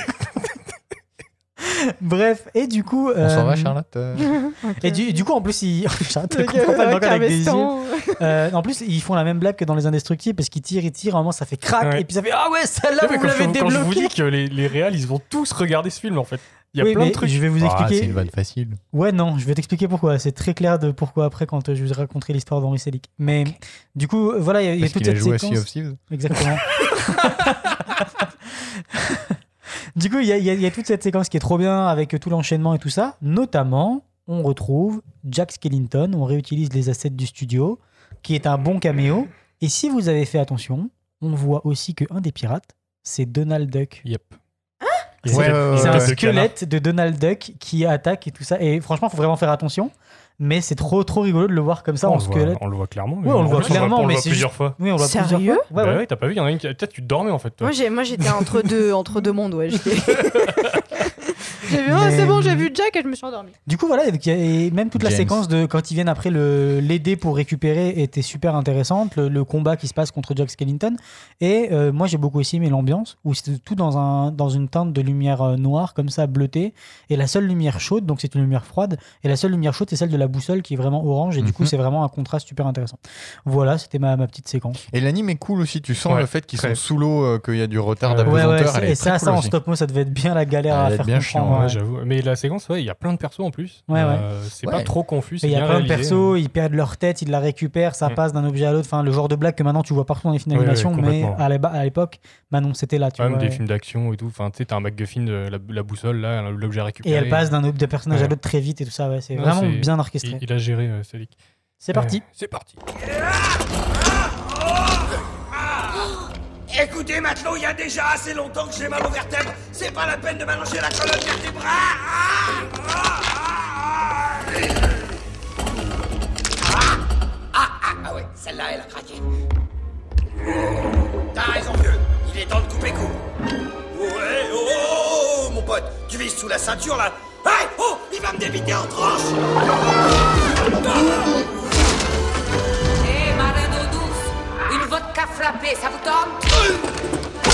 Bref, et du coup. On s'en va, Charlotte Et du coup, en plus, Charlotte, comprends pas le langage avec des yeux. Cabestan. En plus, ils font la même blague que dans Les Indestructibles parce qu'ils tirent, à un moment ça fait crac, Ouais. et puis ça fait ah ouais, celle-là Ouais, mais vous l'avez quand je vous débloqué. dis que les réals, ils vont tous regarder ce film en fait. Il y a Oui, plein mais de trucs. je vais vous Ah, expliquer. c'est une vanne facile. Ouais, non, je vais t'expliquer pourquoi. C'est très clair de pourquoi après quand je vous raconterai l'histoire d'Henri Selick. Mais du coup, voilà, il y a Parce toute qu'il a cette joué à séquence. Sea of Thieves. Exactement. Du coup, il y a toute cette séquence qui est trop bien avec tout l'enchaînement et tout ça. Notamment, on retrouve Jack Skellington, on réutilise les assets du studio, qui est un bon caméo. Et si vous avez fait attention, on voit aussi qu'un des pirates, c'est Donald Duck. Yep. C'est Ouais, c'est un de squelette de Donald Duck qui attaque et tout ça. Et franchement, il faut vraiment faire attention. mais c'est trop rigolo de le voir comme ça en squelette. On le voit clairement. Ouais, on le voit clairement, on le mais voit c'est plusieurs juste- fois. Oui, on le voit plusieurs Sérieux fois. Bah ouais, t'as pas vu, il y en a une qui. Peut-être tu dormais en fait. Toi. Moi j'étais entre deux mondes, ouais. J'ai vu, c'est bon, j'ai vu Jack et je me suis endormie. Du coup, voilà, et même toute la James. séquence de quand ils viennent après l'aider pour récupérer était super intéressante. Le combat qui se passe contre Jack Skellington. Et moi, j'ai beaucoup aussi aimé l'ambiance où c'était tout dans une teinte de lumière noire, comme ça, bleutée. Et la seule lumière chaude, donc c'est une lumière froide. Et la seule lumière chaude, c'est celle de la boussole qui est vraiment orange. Et du coup, c'est vraiment un contraste super intéressant. Voilà, c'était ma petite séquence. Et l'anime est cool aussi. Tu sens Ouais, le fait qu'ils très. sont sous l'eau, qu'il y a du retard Ouais, d'apesanteur. Elle est et très ça, cool ça en aussi. stop mo, ça devait être bien la galère Elle à devait faire être bien comprendre. chiant, Ouais, ouais. j'avoue. Mais la séquence, il y a plein de persos en plus. Ouais, ouais. C'est Ouais. pas trop confus. Et il y a bien plein de réalisé. persos, ils perdent leur tête, ils la récupèrent, ça passe d'un objet à l'autre. Enfin, le genre de blague que maintenant tu vois partout dans les films Ouais, d'animation, ouais, mais complètement. à l'époque, bah non, c'était là. Tu Même vois, des ouais. films d'action et tout. Enfin, tu sais, t'as un MacGuffin de la boussole, là, l'objet Et récupéré. elle passe de personnage à Ouais. l'autre très vite et tout ça. Ouais, c'est Non, vraiment c'est- bien orchestré. Il a géré, Selick. C'est parti. C'est parti. Écoutez, matelot, il y a déjà assez longtemps que j'ai mal aux vertèbres. C'est pas la peine de m'allonger la colonne vertébrale. Ah ouais, celle-là, elle a craqué. T'as raison, vieux. Il est temps de couper court. Ouais, oh, mon pote, tu vises sous la ceinture, là. Hey, oh, il va me débiter en tranches. Et marraine d'eau douce, une vodka frappée, ça vous tente?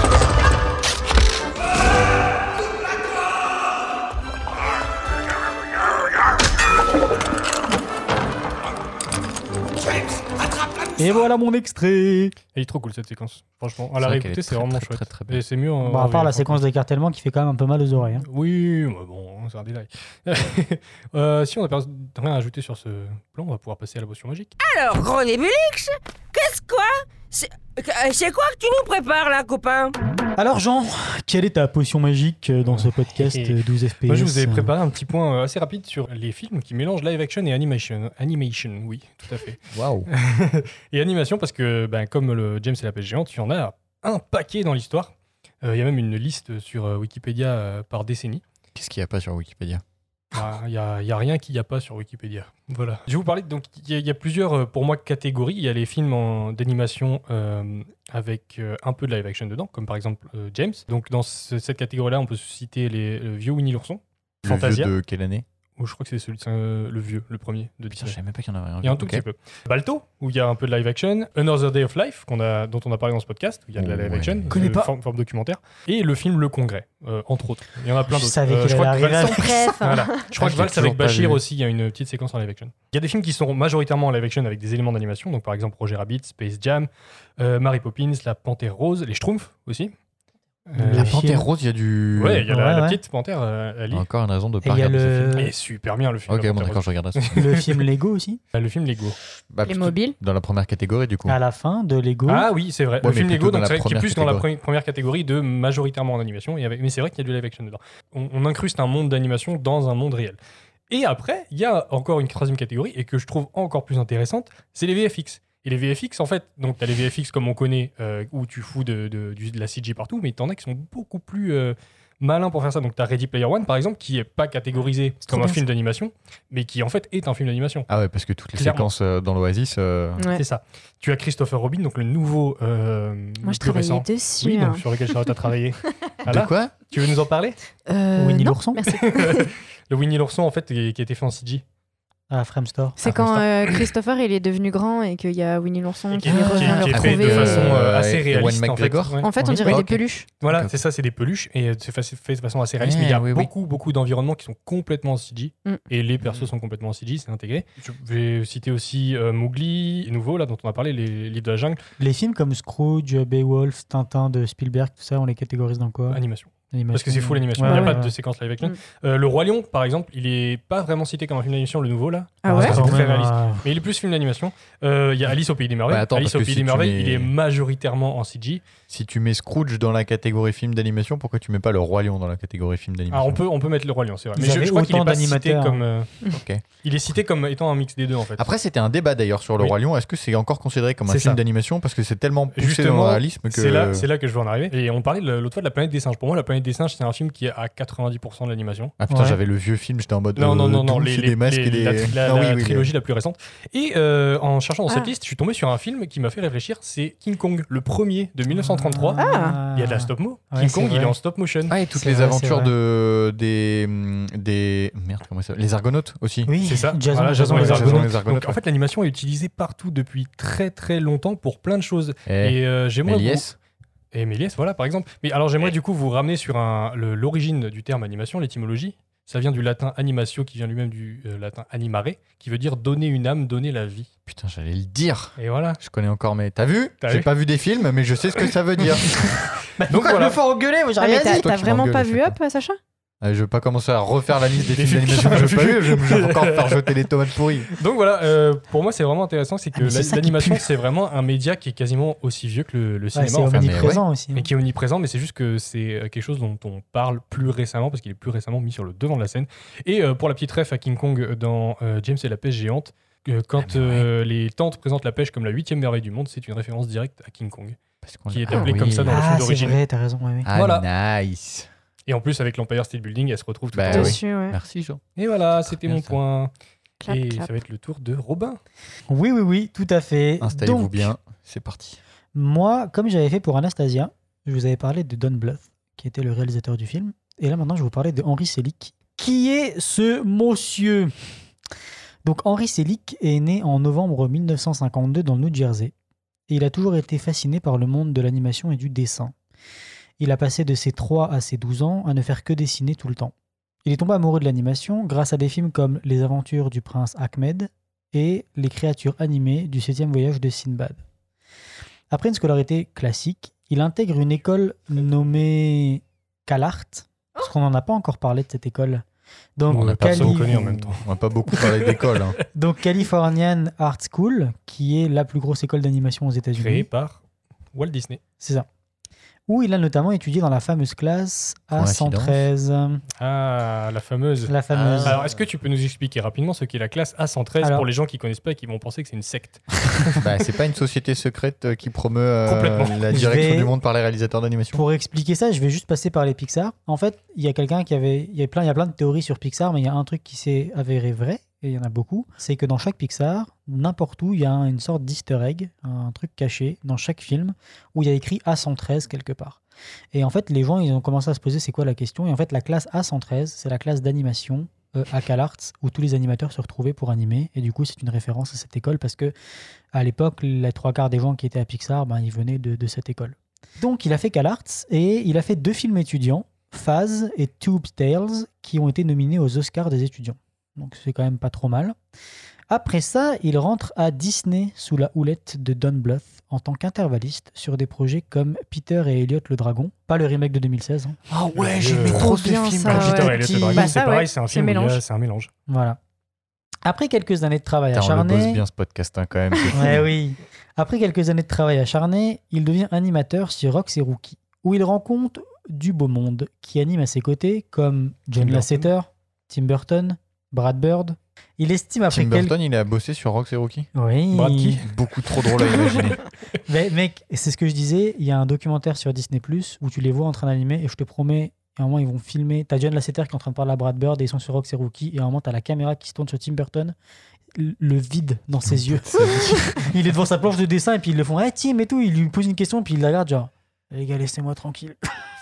James, attrape la boussole. Et voilà mon extrait. Elle est trop cool cette séquence. Franchement, à la C'est vrai réécouter, qu'elle est c'est très, vraiment très, chouette. très, très bien. Et c'est mieux. Bon, à part la séquence d'écartèlement qui fait quand même un peu mal aux oreilles. Hein. Oui, mais bon, c'est un détail. Si on n'a rien à ajouter sur ce plan, on va pouvoir passer à la potion magique. Alors, gros Nébulix, qu'est-ce quoi c'est quoi que tu nous prépares là, copain? Alors Jean, quelle est ta potion magique dans ce podcast 12 FPS? Moi, je vous ai préparé un petit point assez rapide sur les films qui mélangent live action et animation. Animation, oui, tout à fait. Waouh. Et animation, parce que comme le James et la pêche géante, il y en a un paquet dans l'histoire. Il y a même une liste sur Wikipédia par décennie. Qu'est-ce qu'il n'y a pas sur Wikipédia? Il y a rien qu'il n'y a pas sur Wikipédia. Voilà. Je vais vous parler, donc il y a plusieurs, pour moi, catégories. Il y a les films d'animation avec un peu de live action dedans, comme par exemple James. Donc dans cette catégorie-là, on peut citer le vieux Winnie l'ourson, Le Fantasia. vieux de quelle année? Ou je crois que c'est le vieux, le premier de Putain, Disney. je savais même pas qu'il y en avait un. Il y a un tout petit peu. Balto, où il y a un peu de live action. Another Day of Life, dont on a parlé dans ce podcast, où il y a de la live Ouais. action, Connais pas. forme documentaire. Et le film Le Congrès, entre autres. Il y en a plein Je d'autres. savais qu'il je crois allait que arriver Valls- Bref. voilà. Je crois que je l'ai Valls toujours avec pas Bachir vu. aussi, il y a une petite séquence en live action. Il y a des films qui sont majoritairement en live action avec des éléments d'animation, donc par exemple Roger Rabbit, Space Jam, Mary Poppins, La Panthère Rose, les Schtroumpfs aussi. La Le Panthère film. Rose, il y a du. Ouais, il y a la Ouais. petite panthère, Ali. Encore une raison de Et pas il y a regarder ce film. Il est super bien le film. Ok, La bon, Panthère d'accord, je regarderai ça. le film Lego aussi. Rose. Le film Lego. Bah, Les plutôt mobiles. Dans la première catégorie, du coup. À la fin de Lego. Ah oui, c'est vrai. Ouais, Le mais film plutôt Lego, dans donc la c'est vrai qu'il est première plus dans la catégorie. première catégorie de majoritairement en animation, mais c'est vrai qu'il y a du live action dedans. On incruste un monde d'animation dans un monde réel. Et après, il y a encore une troisième catégorie, et que je trouve encore plus intéressante, c'est les VFX. Et les VFX, en fait, donc tu as les VFX comme on connaît, où tu fous de la CG partout, mais t'en as qui sont beaucoup plus malins pour faire ça. Donc tu as Ready Player One, par exemple, qui est pas catégorisé comme un bien, film d'animation, mais qui en fait est un film d'animation. Ah ouais, parce que toutes les Clairement. séquences dans l'Oasis. Ouais. C'est ça. Tu as Christopher Robin, donc le nouveau. Moi, je plus travaillais récent. dessus. Oui, hein. donc, sur lequel Charlotte a travaillé. De Voilà. quoi? Tu veux nous en parler? Winnie non, l'ourson. Merci. Le Winnie l'ourson, en fait, qui a été fait en CG. À Framestore. C'est quand Christopher il est devenu grand et qu'il y a Winnie l'ourson qui qui revient le est fait de retrouver. façon Euh, assez et réaliste. Ewan En fait. McGregor. Ouais. En fait, on Oui. dirait Ah, des ok. peluches. Voilà, Ok. c'est ça, c'est des peluches et c'est fait de façon assez réaliste. Eh, mais il y a oui, oui. beaucoup d'environnements qui sont complètement en CG Mm. et les persos sont complètement en CG, c'est intégré. Je vais citer aussi Mowgli, nouveau là dont on a parlé, les livres de la jungle, Les films comme Scrooge, Beowulf, Tintin de Spielberg, tout ça, on les catégorise dans quoi? animation. Animation. Parce que c'est full animation, Ouais, il n'y a ouais, pas ouais. de séquence live action. Mm. Le Roi Lion, par exemple, il est pas vraiment cité comme un film d'animation, le nouveau là. Ah ouais C'est Quand très même, réaliste. Mais il est plus film d'animation. Il y a Alice au Pays des Merveilles. Ouais, attends, Alice parce au que Pays si des tu Merveilles, mets- il est majoritairement en CG. Si tu mets Scrooge dans la catégorie film d'animation, pourquoi tu mets pas le Roi Lion dans la catégorie film d'animation? Ah, on peut mettre le Roi Lion, c'est vrai. Ils Mais je avaient crois qu'il est autant pas cité d'animateurs. comme. Ok. Il est cité comme étant un mix des deux en fait. Après, c'était un débat d'ailleurs sur le Oui. Roi Lion. Est-ce que c'est encore considéré comme un C'est film ça. d'animation? Parce que c'est tellement poussé dans Justement, le réalisme que. c'est là que je veux en arriver. Et on parlait l'autre fois de la planète des singes. Pour moi, la planète Planète des Singes, c'est un film qui est à 90% de l'animation. Ah putain, Ouais. j'avais le vieux film, j'étais en mode. Non, c'est des masques et des. la trilogie la plus récente. Et en cherchant dans cette liste, je suis tombé sur un film qui m'a fait réfléchir, c'est King Kong, le premier de 1933. Il y a de la stop-mo. Ouais, King c'est Kong, il est vrai. en stop-motion. Ah, et toutes C'est les vrai, aventures c'est des. Merde, comment ça s'appelle ? Les Argonautes aussi. Oui, C'est ça. Jason, Voilà, Jason, Jason les Jason. Argonautes. les Argonautes. Donc, en fait, l'animation est utilisée partout depuis très très longtemps pour plein de choses. Et J'aimerais Méliès. Et Méliès, voilà, par exemple. Mais alors, j'aimerais du coup vous ramener sur l'origine du terme animation, l'étymologie. Ça vient du latin animatio, qui vient lui-même du latin animare, qui veut dire donner une âme, donner la vie. Putain, j'allais le dire. Et voilà. Je connais encore, mais t'as vu ? T'as J'ai vu pas vu des films, mais je sais ce que ça veut dire. Donc voilà. Il faut engueuler, moi j'ai Ah, mais rien dit. toi t'as qui vraiment m'engueules pas à vu chaque Up, Sacha? Je vais pas commencer à refaire la liste des Des films films d'animation que que j'ai pas j'ai vu. Je vais encore faire jeter les tomates pourries. Donc voilà, pour moi, c'est vraiment intéressant, c'est que mais c'est ça qui l'animation, pue. c'est vraiment un média qui est quasiment aussi vieux que le Ouais, cinéma, c'est en fait. omniprésent aussi. Et qui est omniprésent, mais c'est juste que c'est quelque chose dont on parle plus récemment, parce qu'il est plus récemment mis sur le devant de la scène. Et pour la petite ref à King Kong dans James et la pêche géante, quand les tantes présentent la pêche comme la 8e merveille du monde, c'est une référence directe à King Kong, Parce qu'on qui est Ah appelé comme oui. ça dans le film Ah, c'est d'origine. vrai, t'as raison. Ouais, oui. Ah, Voilà. nice. Et en plus, avec l'Empire State Building, elle se retrouve tout Bah en oui. haut. Dessus, ouais. Merci, Jean. Et voilà, c'était bien mon ça. point. Clap, Et clap. ça va être le tour de Robin. Oui, tout à fait. Installez-vous Donc, bien. C'est parti. Moi, comme j'avais fait pour Anastasia, je vous avais parlé de Don Bluth, qui était le réalisateur du film. Et là, maintenant, je vais vous parler de Henry Selick. Qui est ce monsieur ? Donc, Henry Selick est né en novembre 1952 dans le New Jersey. Et il a toujours été fasciné par le monde de l'animation et du dessin. Il a passé de ses 3 à ses 12 ans à ne faire que dessiner tout le temps. Il est tombé amoureux de l'animation grâce à des films comme Les aventures du prince Ahmed et Les créatures animées du 7e voyage de Sinbad. Après une scolarité classique, il intègre une école nommée CalArt, parce qu'on n'en a pas encore parlé de cette école. Donc, On n'a personne connu en même temps. On n'a pas beaucoup parlé d'école. Hein. donc Californian Art School, qui est la plus grosse école d'animation aux Créé États-Unis. par Walt Disney. C'est ça. Où il a notamment étudié dans la fameuse classe A113. Ah, la fameuse. La fameuse. Alors, est-ce que tu peux nous expliquer rapidement ce qu'est la classe A113 Alors- pour les gens qui connaissent pas et qui vont penser que c'est une secte? Bah, c'est pas une société secrète qui promeut Complètement. la Je direction vais- du monde par les réalisateurs d'animation. Pour expliquer ça, je vais juste passer par les Pixar. En fait, il y a quelqu'un qui avait. Il y a plein de théories sur Pixar, mais il y a un truc qui s'est avéré vrai, et il y en a beaucoup. C'est que dans chaque Pixar, n'importe où, il y a une sorte d'easter egg, un truc caché dans chaque film, où il y a écrit A113 quelque part. Et en fait, les gens, ils ont commencé à se poser c'est quoi la question. Et en fait, la classe A113, c'est la classe d'animation à CalArts, où tous les animateurs se retrouvaient pour animer. Et du coup, c'est une référence à cette école, parce que à l'époque, les 3/4 des gens qui étaient à Pixar, ben, ils venaient de cette école. Donc, il a fait CalArts et il a fait 2 films étudiants, Phase et Tube Tales, qui ont été nominés aux Oscars des étudiants. Donc, c'est quand même pas trop mal. Après ça, il rentre à Disney sous la houlette de Don Bluth en tant qu'intervalliste sur des projets comme Peter et Elliot le Dragon, pas le remake de 2016. hein. Ah ouais, j'aimais trop ce film quand Peter j'étais et Elliot petit. le Dragon, Bah, c'est ça, pareil, ouais, c'est un c'est film où il y a- mélange. c'est un mélange. Voilà. Après quelques années de travail Putain, on le bosse acharné, bien ce podcast hein, quand même. c'est fou. ouais, oui. Après quelques années de travail acharné, il devient animateur sur Rox et Rookie, où il rencontre du beau monde qui anime à ses côtés comme John Tim Lasseter, Tim Burton, Brad Bird. Il estime après Tim Burton, il a bossé sur Rox et Rookie. Oui. Brad qui Beaucoup trop drôle à imaginer. Mais mec, c'est ce que je disais, il y a un documentaire sur Disney Plus où tu les vois en train d'animer et je te promets, à un moment ils vont filmer, t'as John Lasseter qui est en train de parler à Brad Bird et ils sont sur Rox et Rookie et à un moment t'as la caméra qui se tourne sur Tim Burton, le vide dans ses yeux. Il est devant sa planche de dessin et puis ils le font « Hey Tim » et tout, il lui pose une question et puis il la regarde genre « Les gars, laissez-moi tranquille ».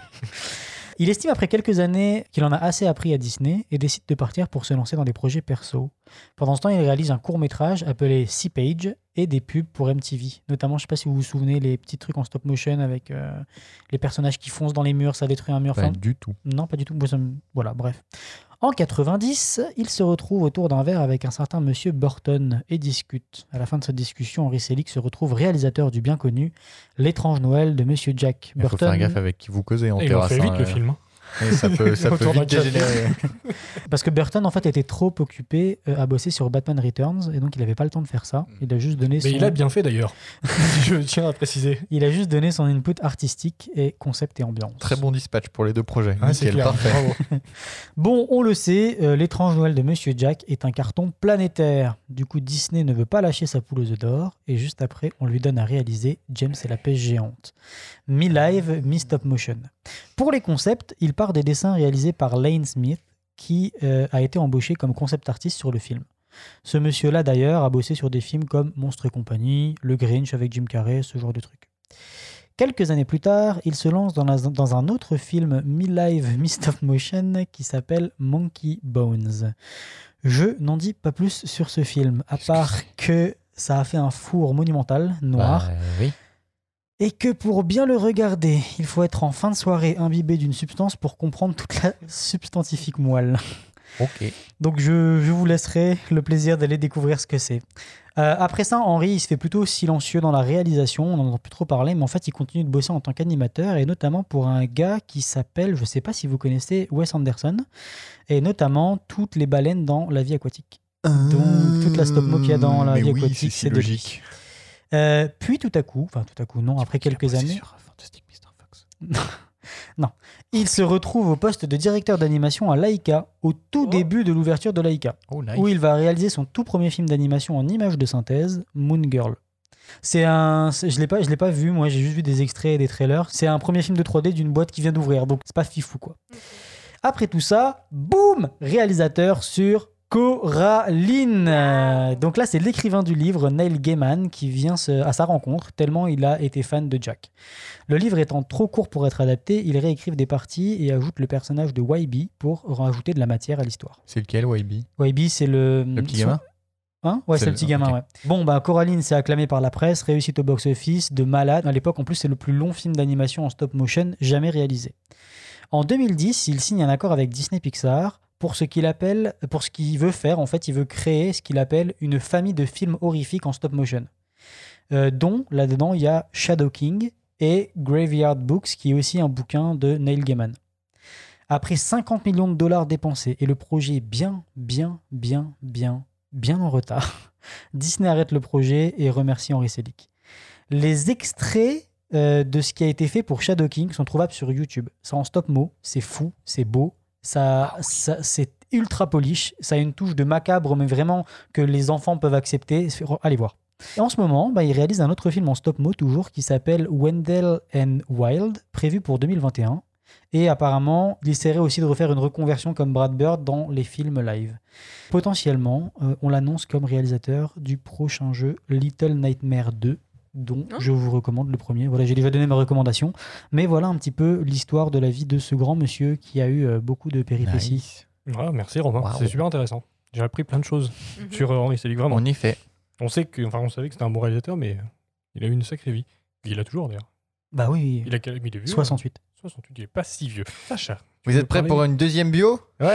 Il estime après quelques années qu'il en a assez appris à Disney et décide de partir pour se lancer dans des projets perso. Pendant ce temps, il réalise un court-métrage appelé Sea Page et des pubs pour MTV. Notamment, je ne sais pas si vous vous souvenez, les petits trucs en stop motion avec les personnages qui foncent dans les murs, ça détruit un mur. Pas Enfin, du tout. non, pas du tout. Voilà, bref. En 90, il se retrouve autour d'un verre avec un certain monsieur Burton et discute. À la fin de cette discussion, Henry Selick se retrouve réalisateur du bien connu L'étrange Noël de monsieur Jack Il faut Burton. faire gaffe avec qui vous causez en Et ils l'ont terrasse. fait vite hein, le film. et ça peut Autour d'un vite café. dégénérer. Parce que Burton, en fait, était trop occupé à bosser sur Batman Returns et donc il n'avait pas le temps de faire ça. Il a juste donné Mais son... il a bien fait d'ailleurs. Je tiens à préciser. Il a juste donné son input artistique et concept et ambiance. Très bon dispatch pour les 2 projets. Ah, c'est Nickel, clair. parfait. Bravo. Bon, on le sait, L'étrange Noël de Monsieur Jack est un carton planétaire. Du coup, Disney ne veut pas lâcher sa poule aux œufs d'or et juste après, on lui donne à réaliser James et la pêche géante. Mi-live, mi-stop motion. Pour les concepts, il part des dessins réalisés par Lane Smith, qui a été embauché comme concept artiste sur le film. Ce monsieur-là, d'ailleurs, a bossé sur des films comme Monstres et compagnie, Le Grinch avec Jim Carrey, ce genre de trucs. Quelques années plus tard, il se lance dans un autre film mi-live, mi-stop motion qui s'appelle Monkey Bones. Je n'en dis pas plus sur ce film, à part que ça a fait un four monumental, noir, oui. et que pour bien le regarder, il faut être en fin de soirée imbibé d'une substance pour comprendre toute la substantifique moelle. Ok. Donc je vous laisserai le plaisir d'aller découvrir ce que c'est. Après ça, Henry, il se fait plutôt silencieux dans la réalisation, on n'en entend plus trop parler, mais en fait, il continue de bosser en tant qu'animateur, et notamment pour un gars qui s'appelle, je ne sais pas si vous connaissez, Wes Anderson, et notamment toutes les baleines dans La Vie aquatique. Donc toute la stop-mo qu'il y a dans La Vie aquatique, c'est de lui. Puis tout à coup, non, après quelques années... Fantastic Mr. Fox. Non. Il se retrouve au poste de directeur d'animation à Laika, au tout début de l'ouverture de Laika, où il va réaliser son tout premier film d'animation en images de synthèse, Moon Girl. Je l'ai pas vu, moi j'ai juste vu des extraits et des trailers. C'est un premier film de 3D d'une boîte qui vient d'ouvrir, donc c'est pas fifou quoi. Après tout ça, boum, réalisateur sur Coraline. Donc là, c'est l'écrivain du livre, Neil Gaiman, qui vient à sa rencontre, tellement il a été fan de Jack. Le livre étant trop court pour être adapté, il réécrive des parties et ajoute le personnage de YB pour rajouter de la matière à l'histoire. C'est lequel, YB ? YB, c'est le petit gamin ? Hein ? Ouais, c'est le petit gamin, okay. ouais. Bon, Coraline, c'est acclamé par la presse, réussite au box-office, de malade. À l'époque, en plus, c'est le plus long film d'animation en stop-motion jamais réalisé. En 2010, il signe un accord avec Disney Pixar pour ce qu'il veut faire. En fait, il veut créer ce qu'il appelle une famille de films horrifiques en stop-motion. Dont, là-dedans, il y a Shadow King et Graveyard Books, qui est aussi un bouquin de Neil Gaiman. Après 50 millions de dollars dépensés et le projet bien en retard, Disney arrête le projet et remercie Henry Selick. Les extraits de ce qui a été fait pour Shadow King sont trouvables sur YouTube. C'est en stop-mo, c'est fou, c'est beau, ça, c'est ultra polish, ça a une touche de macabre, mais vraiment que les enfants peuvent accepter. Allez voir. Et en ce moment, il réalise un autre film en stop-mo toujours qui s'appelle Wendell and Wild, prévu pour 2021. Et apparemment, il essaierait aussi de refaire une reconversion comme Brad Bird dans les films live. Potentiellement, on l'annonce comme réalisateur du prochain jeu Little Nightmares 2, dont je vous recommande le premier. Voilà, j'ai déjà donné ma recommandation. Mais voilà un petit peu l'histoire de la vie de ce grand monsieur qui a eu beaucoup de péripéties. Nice. Ouais, merci Romain, c'est super intéressant. J'ai appris plein de choses sur Henry Selick, vraiment. En effet. On savait que c'était un bon réalisateur, mais il a eu une sacrée vie. Il a toujours d'ailleurs. Bah oui. Il a quel âge ? Il est vieux. 68. 68, il est pas si vieux. Sacha. Vous êtes prêts pour une deuxième bio ? Ouais.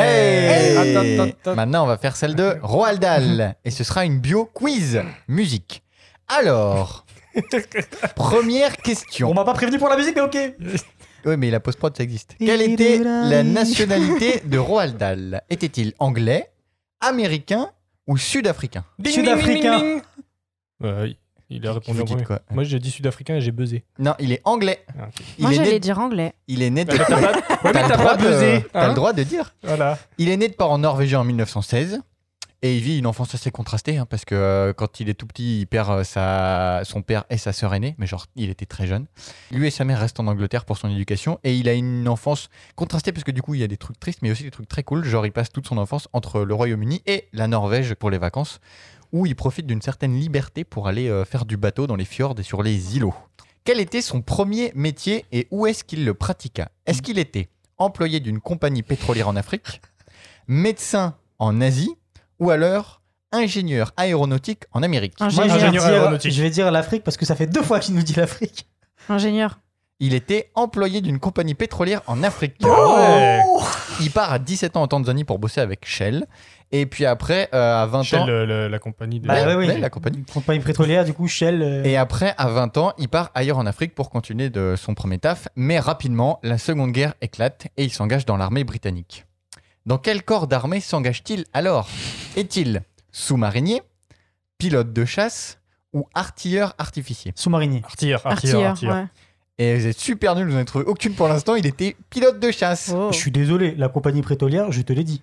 Hey Attends. Maintenant, on va faire celle de Roald Dahl. Et ce sera une bio quiz musique. Alors, première question. On m'a pas prévenu pour la musique, mais ok. Oui, mais la post-prod, ça existe. Quelle était la nationalité de Roald Dahl ? Était-il anglais, américain ou sud-africain ? Sud-africain. Il a répondu en Vous dites premier. quoi ? Moi, j'ai dit sud-africain et j'ai buzzé. Non, il est anglais. Ah, okay. Moi, j'allais dire anglais. Il est né de... T'as pas buzzé. T'as le droit de dire. Voilà. Il est né de parents norvégiens en 1916. Et il vit une enfance assez contrastée, parce que quand il est tout petit, il perd son père et sa sœur aînée, mais genre, il était très jeune. Lui et sa mère restent en Angleterre pour son éducation, et il a une enfance contrastée, parce que du coup, il y a des trucs tristes, mais aussi des trucs très cool. Genre, il passe toute son enfance entre le Royaume-Uni et la Norvège pour les vacances, où il profite d'une certaine liberté pour aller faire du bateau dans les fjords et sur les îlots. Quel était son premier métier et où est-ce qu'il le pratiqua ? Est-ce qu'il était employé d'une compagnie pétrolière en Afrique, médecin en Asie, ou alors ingénieur aéronautique en Amérique? Je vais dire l'Afrique parce que ça fait 2 fois qu'il nous dit l'Afrique. Ingénieur. Il était employé d'une compagnie pétrolière en Afrique. Ouais. Il part à 17 ans en Tanzanie pour bosser avec Shell. Et puis après, à 20 Shell, ans... la compagnie de... oui. La compagnie. Compagnie pétrolière, du coup, Shell... Et après, à 20 ans, il part ailleurs en Afrique pour continuer de son premier taf. Mais rapidement, la Seconde Guerre éclate et il s'engage dans l'armée britannique. Dans quel corps d'armée s'engage-t-il alors ? Est-il sous-marinier, pilote de chasse ou artilleur artificier ? Sous-marinier. Artilleur. Ouais. Et vous êtes super nuls, vous n'en avez trouvé aucune pour l'instant, il était pilote de chasse. Oh. Je suis désolé, la compagnie pétrolière, je te l'ai dit.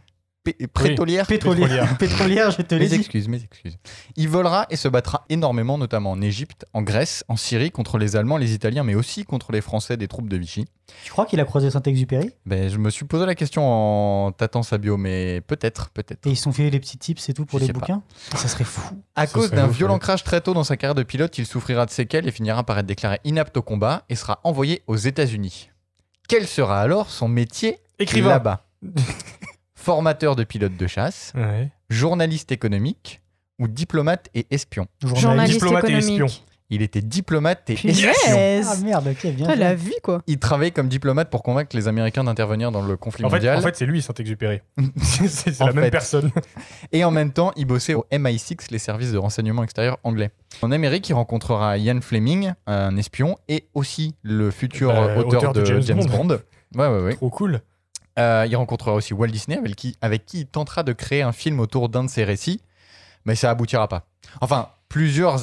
pétrolière. Pétrolière, je te l'ai Mes dit. excuses. Il volera et se battra énormément, notamment en Égypte, en Grèce, en Syrie, contre les Allemands, les Italiens, mais aussi contre les Français des troupes de Vichy. Tu crois qu'il a croisé Saint-Exupéry? Je me suis posé la question en tâtant sa bio, mais peut-être. Et ils se sont fait des petits tips et tout pour Je les sais bouquins? Ça serait fou. À Ça cause serait d'un ouf, violent ouais. crash très tôt dans sa carrière de pilote, il souffrira de séquelles et finira par être déclaré inapte au combat et sera envoyé aux États-Unis. Quel sera alors son métier Écrivain. là-bas? Formateur de pilote de chasse, Ouais. journaliste économique ou diplomate et espion? Journaliste Diplomate et économique. espion. Il était diplomate et espion. Punaise. Ah merde, ok, bien. Ah, joué. la vie, quoi. Il travaille comme diplomate pour convaincre les Américains d'intervenir dans le conflit En mondial. fait, c'est lui, Saint-Exupéry. c'est En la même fait. personne. Et en même temps, il bossait au MI6, les services de renseignement extérieur anglais. En Amérique, il rencontrera Ian Fleming, un espion, et aussi le futur auteur de James Bond. Ouais. Trop cool. Il rencontrera aussi Walt Disney, avec qui il tentera de créer un film autour d'un de ses récits, mais ça aboutira pas. Enfin, plusieurs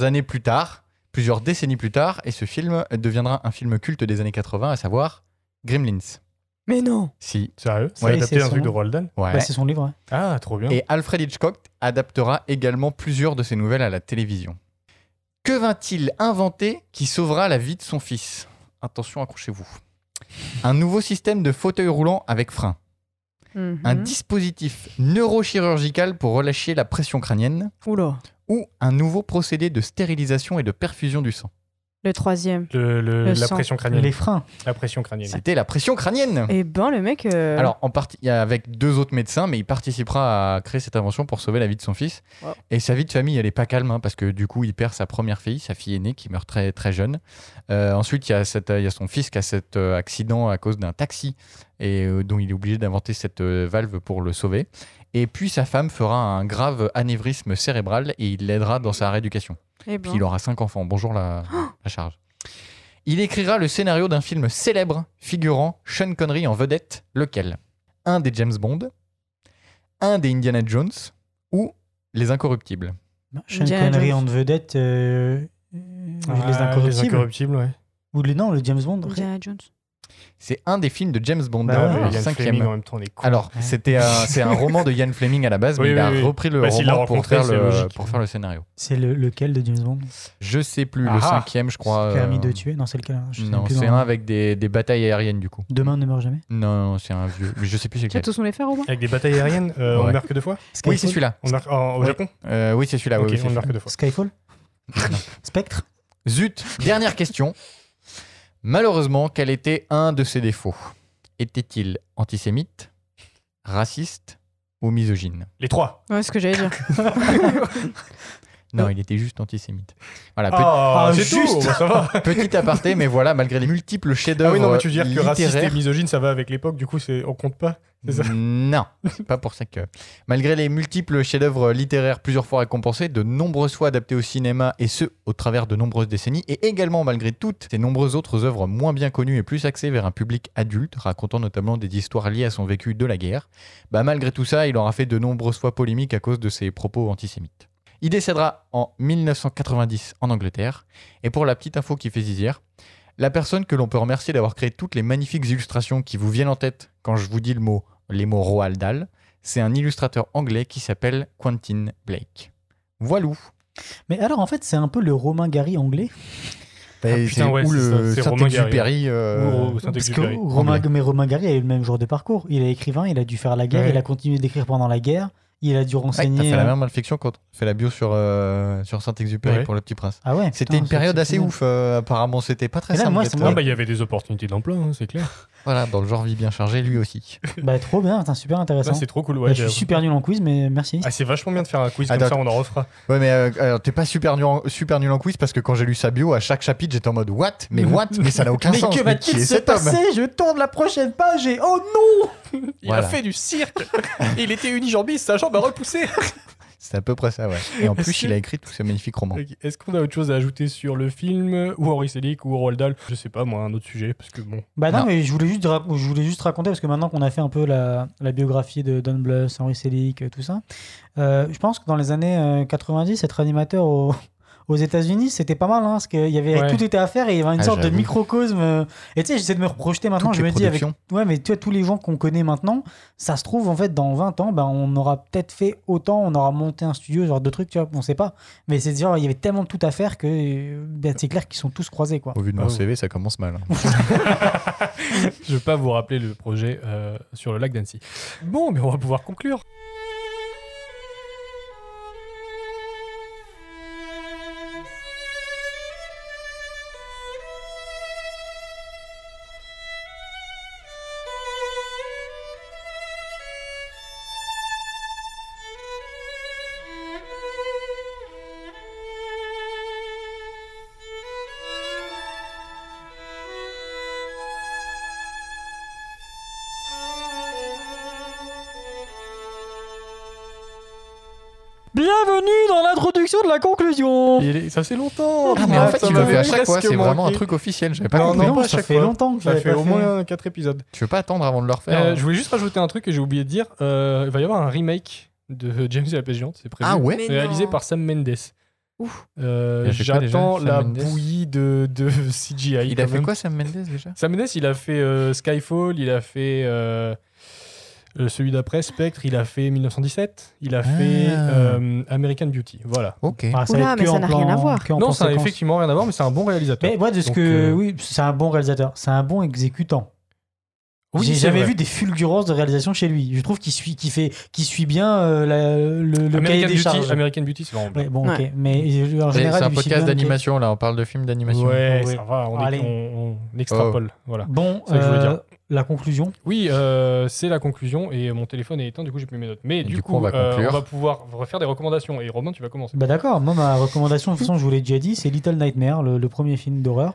décennies plus tard, et ce film deviendra un film culte des années 80, à savoir Gremlins. Mais non. Si. Sérieux? C'est Ouais, adapté c'est d'un son truc de nom. Roald Dahl? Ouais. Bah, c'est son livre. Ouais. Ah, trop bien. Et Alfred Hitchcock adaptera également plusieurs de ses nouvelles à la télévision. Que va-t-il inventer qui sauvera la vie de son fils? Attention, accrochez-vous. Un nouveau système de fauteuil roulant avec frein. Un dispositif neurochirurgical pour relâcher la pression crânienne. Oula. Ou un nouveau procédé de stérilisation et de perfusion du sang. Le troisième. La sang. pression crânienne. Les freins. La pression crânienne. C'était la pression crânienne. Eh ben, le mec. Alors, en partie, il y a avec 2 autres médecins, mais il participera à créer cette invention pour sauver la vie de son fils. Wow. Et sa vie de famille, elle est pas calme, hein, parce que du coup, il perd sa première fille, sa fille aînée, qui meurt très, très jeune. Ensuite, il y a son fils qui a cet accident à cause d'un taxi, et dont il est obligé d'inventer cette valve pour le sauver. Et puis, sa femme fera un grave anévrisme cérébral, et il l'aidera dans sa rééducation. Eh Puis, ben. il aura 5 enfants. Bonjour la charge. Il écrira le scénario d'un film célèbre figurant Sean Connery en vedette, lequel? Un des James Bond, un des Indiana Jones ou Les Incorruptibles? Sean Indiana Connery Jones. en vedette. Les Les Incorruptibles. Incorruptibles, ouais. Ou non, le James Bond. Indiana Jones. C'est un des films de James Bond, Bah ouais. le Ian 5e. Fleming en même temps, on est con. Alors, Ouais. c'est un roman de Ian Fleming à la base, mais Oui, il a oui. repris le Bah, s'il l'a roman pour rencontré, faire c'est logique. le scénario. C'est lequel de James Bond? Je sais plus, le Ah. 5e, je crois. Permis de tuer? Non, c'est lequel? Je sais Non, plus c'est dans- un avec des batailles aériennes, du coup. Demain ne meurt jamais. Non, c'est un vieux. Mais je sais plus c'est Tu as lequel. tous nous les faire, Robin? Avec des batailles aériennes, on Ouais. meurt que 2 fois? Oui, c'est celui-là. On meurt au Oui. Japon? Oui, c'est celui-là. Ok, oui, c'est on meurt celui-là. que 2 fois. Skyfall? Spectre? Zut, dernière question. Malheureusement, quel était un de ses défauts? Était-il antisémite, raciste ou misogyne? Les 3. Ouais, c'est ce que j'allais dire. Non, il était juste antisémite. Voilà, Ah, c'est juste. tout, ça va. petit aparté, mais voilà, malgré les multiples chefs-d'œuvre Ah oui, non, mais tu veux dire que raciste et littéraires- misogyne, ça va avec l'époque, du coup, on compte pas? C'est ça? Non, c'est pas pour ça que. Malgré les multiples chefs-d'œuvre littéraires plusieurs fois récompensés, de nombreuses fois adaptés au cinéma, et ce, au travers de nombreuses décennies, et également malgré toutes ces nombreuses autres œuvres moins bien connues et plus axées vers un public adulte, racontant notamment des histoires liées à son vécu de la guerre, malgré tout ça, il aura fait de nombreuses fois polémique à cause de ses propos antisémites. Il décédera en 1990 en Angleterre, et pour la petite info qui fait zizir, la personne que l'on peut remercier d'avoir créé toutes les magnifiques illustrations qui vous viennent en tête quand je vous dis les mots Roald Dahl, c'est un illustrateur anglais qui s'appelle Quentin Blake. Voilou. Mais alors, en fait, c'est un peu le Romain Gary anglais. putain, ouais, ou c'est le ça, c'est Romain Saint-Exupéry. Ou Parce que Saint-Exupéry. Romain Gary a eu le même genre de parcours. Il est écrivain, il a dû faire la guerre, Ouais. il a continué d'écrire pendant la guerre, il a dû Ouais, t'as renseigner. fait la même fiction quand on fait la bio sur Saint-Exupéry Ouais. pour Le Petit Prince. Ah ouais. C'était putain, une c'est période assez exceptionnel. ouf, apparemment c'était pas très Et là, simple. moi, d'être, c'est Ah bah, il y avait des opportunités d'emploi, hein, c'est clair. Voilà, dans le genre vie bien chargé, lui aussi. Bah, trop bien, putain, super intéressant. Là, c'est trop cool. Bah, Ouais, je suis super nul en quiz, mais merci. Ah, c'est vachement bien de faire un quiz Attends, comme ça, on en refera. Ouais, mais alors, t'es pas super nul en quiz parce que quand j'ai lu sa bio, à chaque chapitre, j'étais en mode what? Mais ça n'a aucun Mais sens. que Mais va-t-il qui est se cet homme? passer? Je tourne la prochaine page et oh non! Il Voilà. a fait du cirque. Il était unijambiste, sa jambe a repoussé. C'est à peu près ça, ouais. Et en plus, Est-ce il que- a écrit tous ces magnifiques romans. Ok, est-ce qu'on a autre chose à ajouter sur le film, ou Henri Selick, ou Roald Dahl? Je sais pas, moi, un autre sujet, parce que bon. Bah non, Non. mais je voulais juste raconter, parce que maintenant qu'on a fait un peu la biographie de Don Bluth, Henri Selick, tout ça, je pense que dans les années 90, être animateur au aux États-Unis, c'était pas mal, hein, parce qu'il y avait tout était à faire et il y avait une sorte de j'avoue. microcosme. Et tu sais, j'essaie de me reprojeter maintenant. Toutes Je les me dis, avec, productions. ouais, mais tu vois, tous les gens qu'on connaît maintenant, ça se trouve, en fait, dans 20 ans, on aura peut-être fait autant, on aura monté un studio, genre de trucs, tu vois, on sait pas. Mais c'est genre, il y avait tellement de tout à faire que c'est clair qu'ils sont tous croisés, quoi. Au vu de mon CV, ça commence mal. Je vais pas vous rappeler le projet sur le lac d'Annecy. Bon, mais on va pouvoir conclure. Bienvenue dans l'introduction de la conclusion. Ça fait longtemps. Ah, mais en fait, Ça tu le m'avait fais à chaque fois, presque c'est vraiment un manqué. truc officiel. J'avais pas Non, compris. non, pas à ça chaque fait fois. longtemps que Ça j'avais fait pas au fait. moins 4 épisodes. Tu veux pas attendre avant de le refaire Je voulais juste rajouter un truc que j'ai oublié de dire. Il va y avoir un remake de James et la pêche géante, c'est prévu. Ah ouais. Mais Réalisé non. par Sam Mendes. Ouf. Il a fait quoi déjà, J'attends Sam la Mendes bouillie de CGI. Il a quand fait même. quoi, Sam Mendes déjà? Sam Mendes, il a fait Skyfall, il a fait celui d'après, Spectre, il a fait 1917, il a fait American Beauty. Voilà. Ok. Ah, Oula, va être mais que ça en n'a plan- rien à voir. que en Non, plan ça n'a séquence. effectivement rien à voir, mais c'est un bon réalisateur. Mais ouais, de ce Donc, que. Oui, c'est un bon réalisateur. C'est un bon exécutant. Oui, J'ai c'est jamais vrai. vu des fulgurances de réalisation chez lui. Je trouve qu'il suit bien le cahier American des Beauty, charges. American Beauty, c'est vraiment bien. Ouais, bon, Ouais. ok. Mais en C'est général, un il suit podcast bien le cahier- d'animation, là. On parle de films d'animation. Ouais, Oui. ça va, Allez. on extrapole. Voilà. Bon, C'est ça que je voulais dire. la conclusion. Oui, c'est la conclusion et mon téléphone est éteint, du coup j'ai plus mes notes. Mais du coup, on va conclure. on va pouvoir refaire des recommandations. Et Romain, tu vas commencer. Bah d'accord, moi ma recommandation, de toute façon je vous l'ai déjà dit, c'est Little Nightmare, le premier film d'horreur.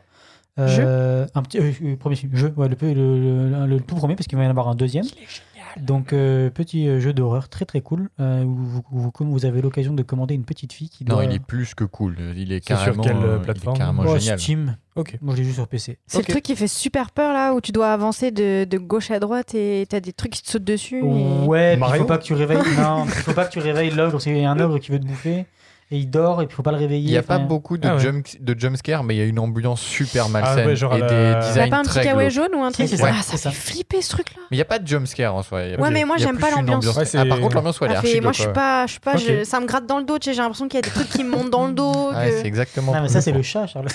Un petit premier film, jeu, ouais, le tout premier parce qu'il va y en avoir un deuxième. Donc petit jeu d'horreur très très cool où vous avez l'occasion de commander une petite fille qui Non, doit... il est plus que cool. Il est C'est sur carrément, quelle plateforme? il est carrément Oh, génial. Steam. Ok. Moi je l'ai juste sur PC. C'est Ok. le truc qui fait super peur là, où tu dois avancer de gauche à droite et t'as des trucs qui te sautent dessus. et- Ouais, puis il Mario faut pas que tu réveilles. Non, il faut pas que tu réveilles l'ogre parce qu'il y a un ogre qui veut te bouffer et il dort et puis il faut pas le réveiller. Il n'y a pas enfin, beaucoup de, Ah ouais. de jumpscare, mais il y a une ambiance super malsaine ouais, genre et la- des T'as designs pas un petit très kawaii glauques. jaune ou un truc c'est ça, Ah, c'est ça ça. fait flipper ce truc là. Mais il n'y a pas de jumpscare en soi. Il y a Ouais, plus- mais moi il y a j'aime plus pas une l'ambiance. Ouais, c'est- Ah, par contre, l'ambiance, ouais, elle est Ça archi fait- moi glauque, je suis pas, Ok. ça me gratte dans le dos, tu sais, j'ai l'impression qu'il y a des trucs qui me montent dans le dos. Ouais, que- c'est exactement. Non, mais ça c'est le chat, Charles.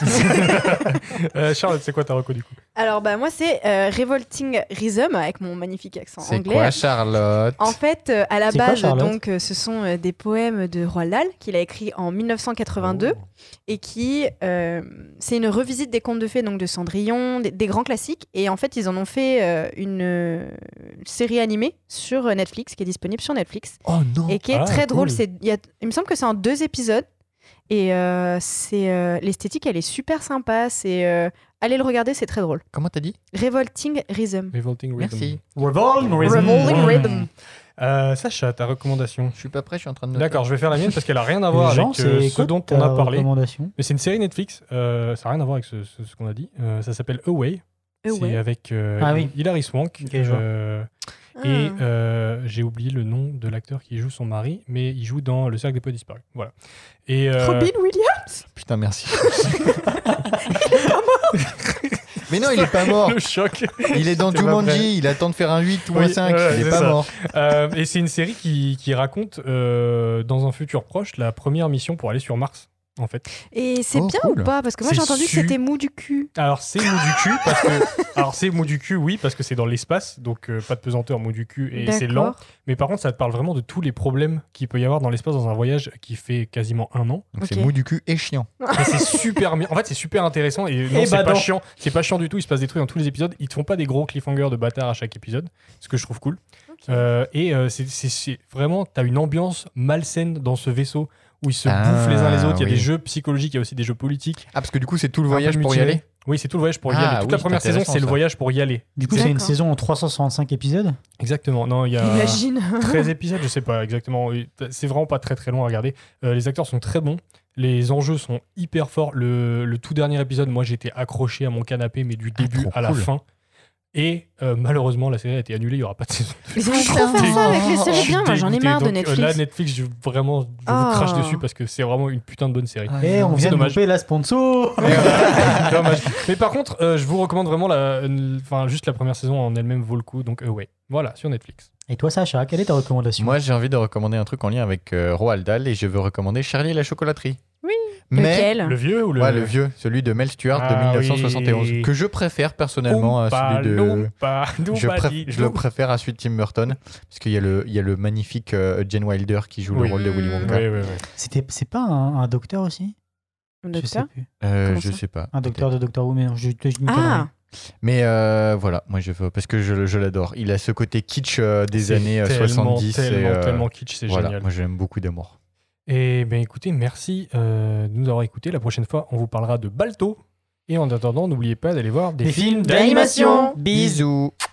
Charlotte, c'est quoi ta reco du coup? Alors bah moi c'est Revolting Rhythm avec mon magnifique accent C'est anglais. quoi, Charlotte? En fait, à la C'est quoi, base, Charlotte donc, ce sont des poèmes de Roald Dahl qu'il a écrit en 1982 et qui, c'est une revisite des contes de fées, donc de Cendrillon, des grands classiques. Et en fait, ils en ont fait une série animée sur Netflix, qui est disponible sur Netflix Oh non! et qui est Ah, très cool. drôle. Il me semble que c'est en 2 épisodes et l'esthétique, elle est super sympa. Allez le regarder, c'est très drôle. Comment t'as dit? Revolting Rhythm. Revolting Rhythm. Merci. Revolting Revolting Rhythm. Sacha, ta recommandation. Je suis pas prêt, je suis en train de noter. D'accord, je vais faire la mienne parce qu'elle a rien à voir Jean, avec c'est ce quoi dont ta on a parlé. recommandation Mais c'est une série Netflix, ça n'a rien à voir avec ce qu'on a dit. Ça s'appelle Away. C'est Away. avec Ah oui. Hilary Swank. Ok, je vois. Et Ah. j'ai oublié le nom de l'acteur qui joue son mari, mais il joue dans Le Cercle des Poètes Disparus. Voilà. Et, Robin Williams. Putain, merci. Mais non, il est pas mort. Le choc. Il est dans C'était pas vrai. Jumanji, il attend de faire un 8 ou un Oui, 5, ouais, il est c'est pas ça. mort. Et c'est une série qui raconte, dans un futur proche, la première mission pour aller sur Mars, en fait. Et c'est Oh, bien cool. ou pas? Parce que moi C'est j'ai entendu que su- c'était mou du cul. Alors c'est mou du cul parce que c'est mou du cul, oui, parce que c'est dans l'espace, donc pas de pesanteur, mou du cul, et c'est lent. D'accord. Mais par contre, ça te parle vraiment de tous les problèmes qu'il peut y avoir dans l'espace dans un voyage qui fait quasiment 1 an. Donc Ok. c'est mou du cul et chiant. Et c'est super bien. En fait, c'est super intéressant et non, c'est pas badant. chiant. C'est pas chiant du tout. Il se passe des trucs dans tous les épisodes. Ils te font pas des gros cliffhangers de bâtard à chaque épisode, ce que je trouve cool. C'est vraiment, t'as une ambiance malsaine dans ce vaisseau où ils se Ah, bouffent les uns les autres. Il y a oui. des jeux psychologiques, il y a aussi des jeux politiques. Ah, parce que du coup, c'est tout le Un peu voyage pour y mutilés. aller? Oui, c'est tout le voyage pour y Ah, aller. Toute oui, la c'est première saison, intéressant, c'est le ça. voyage pour y aller. Du coup, c'est une D'accord. saison en 365 épisodes. Exactement. Non, il y a Imagine. 13 épisodes, je sais pas exactement. C'est vraiment pas très très long à regarder. Les acteurs sont très bons. Les enjeux sont hyper forts. Le tout dernier épisode, moi j'étais accroché à mon canapé, mais du début trop à la cool. fin. Et malheureusement, la série a été annulée, il n'y aura pas de saison 2. Ils aiment trop faire ça avec les séries bien. Moi, j'en ai marre de Netflix. Là, Netflix, je vous crache dessus parce que c'est vraiment une putain de bonne série. Et on vient de couper la sponsor. Dommage. Mais par contre, je vous recommande vraiment juste la première saison en elle-même vaut le coup. Donc, ouais. Voilà, sur Netflix. Et toi, Sacha, quelle est ta recommandation? Moi, j'ai envie de recommander un truc en lien avec Roald Dahl et je veux recommander Charlie et la chocolaterie. Oui. Mais Lequel? Le vieux ou le... Ouais, le vieux, celui de Mel Stewart de 1971, oui. que je préfère personnellement à celui de... Je le le préfère à celui de Tim Burton, parce qu'il y a le magnifique Gene Wilder qui joue le rôle de Willy Wonka. Oui. C'est pas un docteur aussi? Un Je sais docteur? plus. Je sais pas. Un docteur de Doctor Who, mais non, je Ah. Mais voilà, moi je veux, parce que je l'adore. Il a ce côté kitsch des années 70. Tellement kitsch, c'est voilà, génial. moi j'aime beaucoup d'amour. Et bien écoutez, merci de nous avoir écoutés. La prochaine fois, on vous parlera de Balto. Et en attendant, n'oubliez pas d'aller voir des films d'animation. Bisous.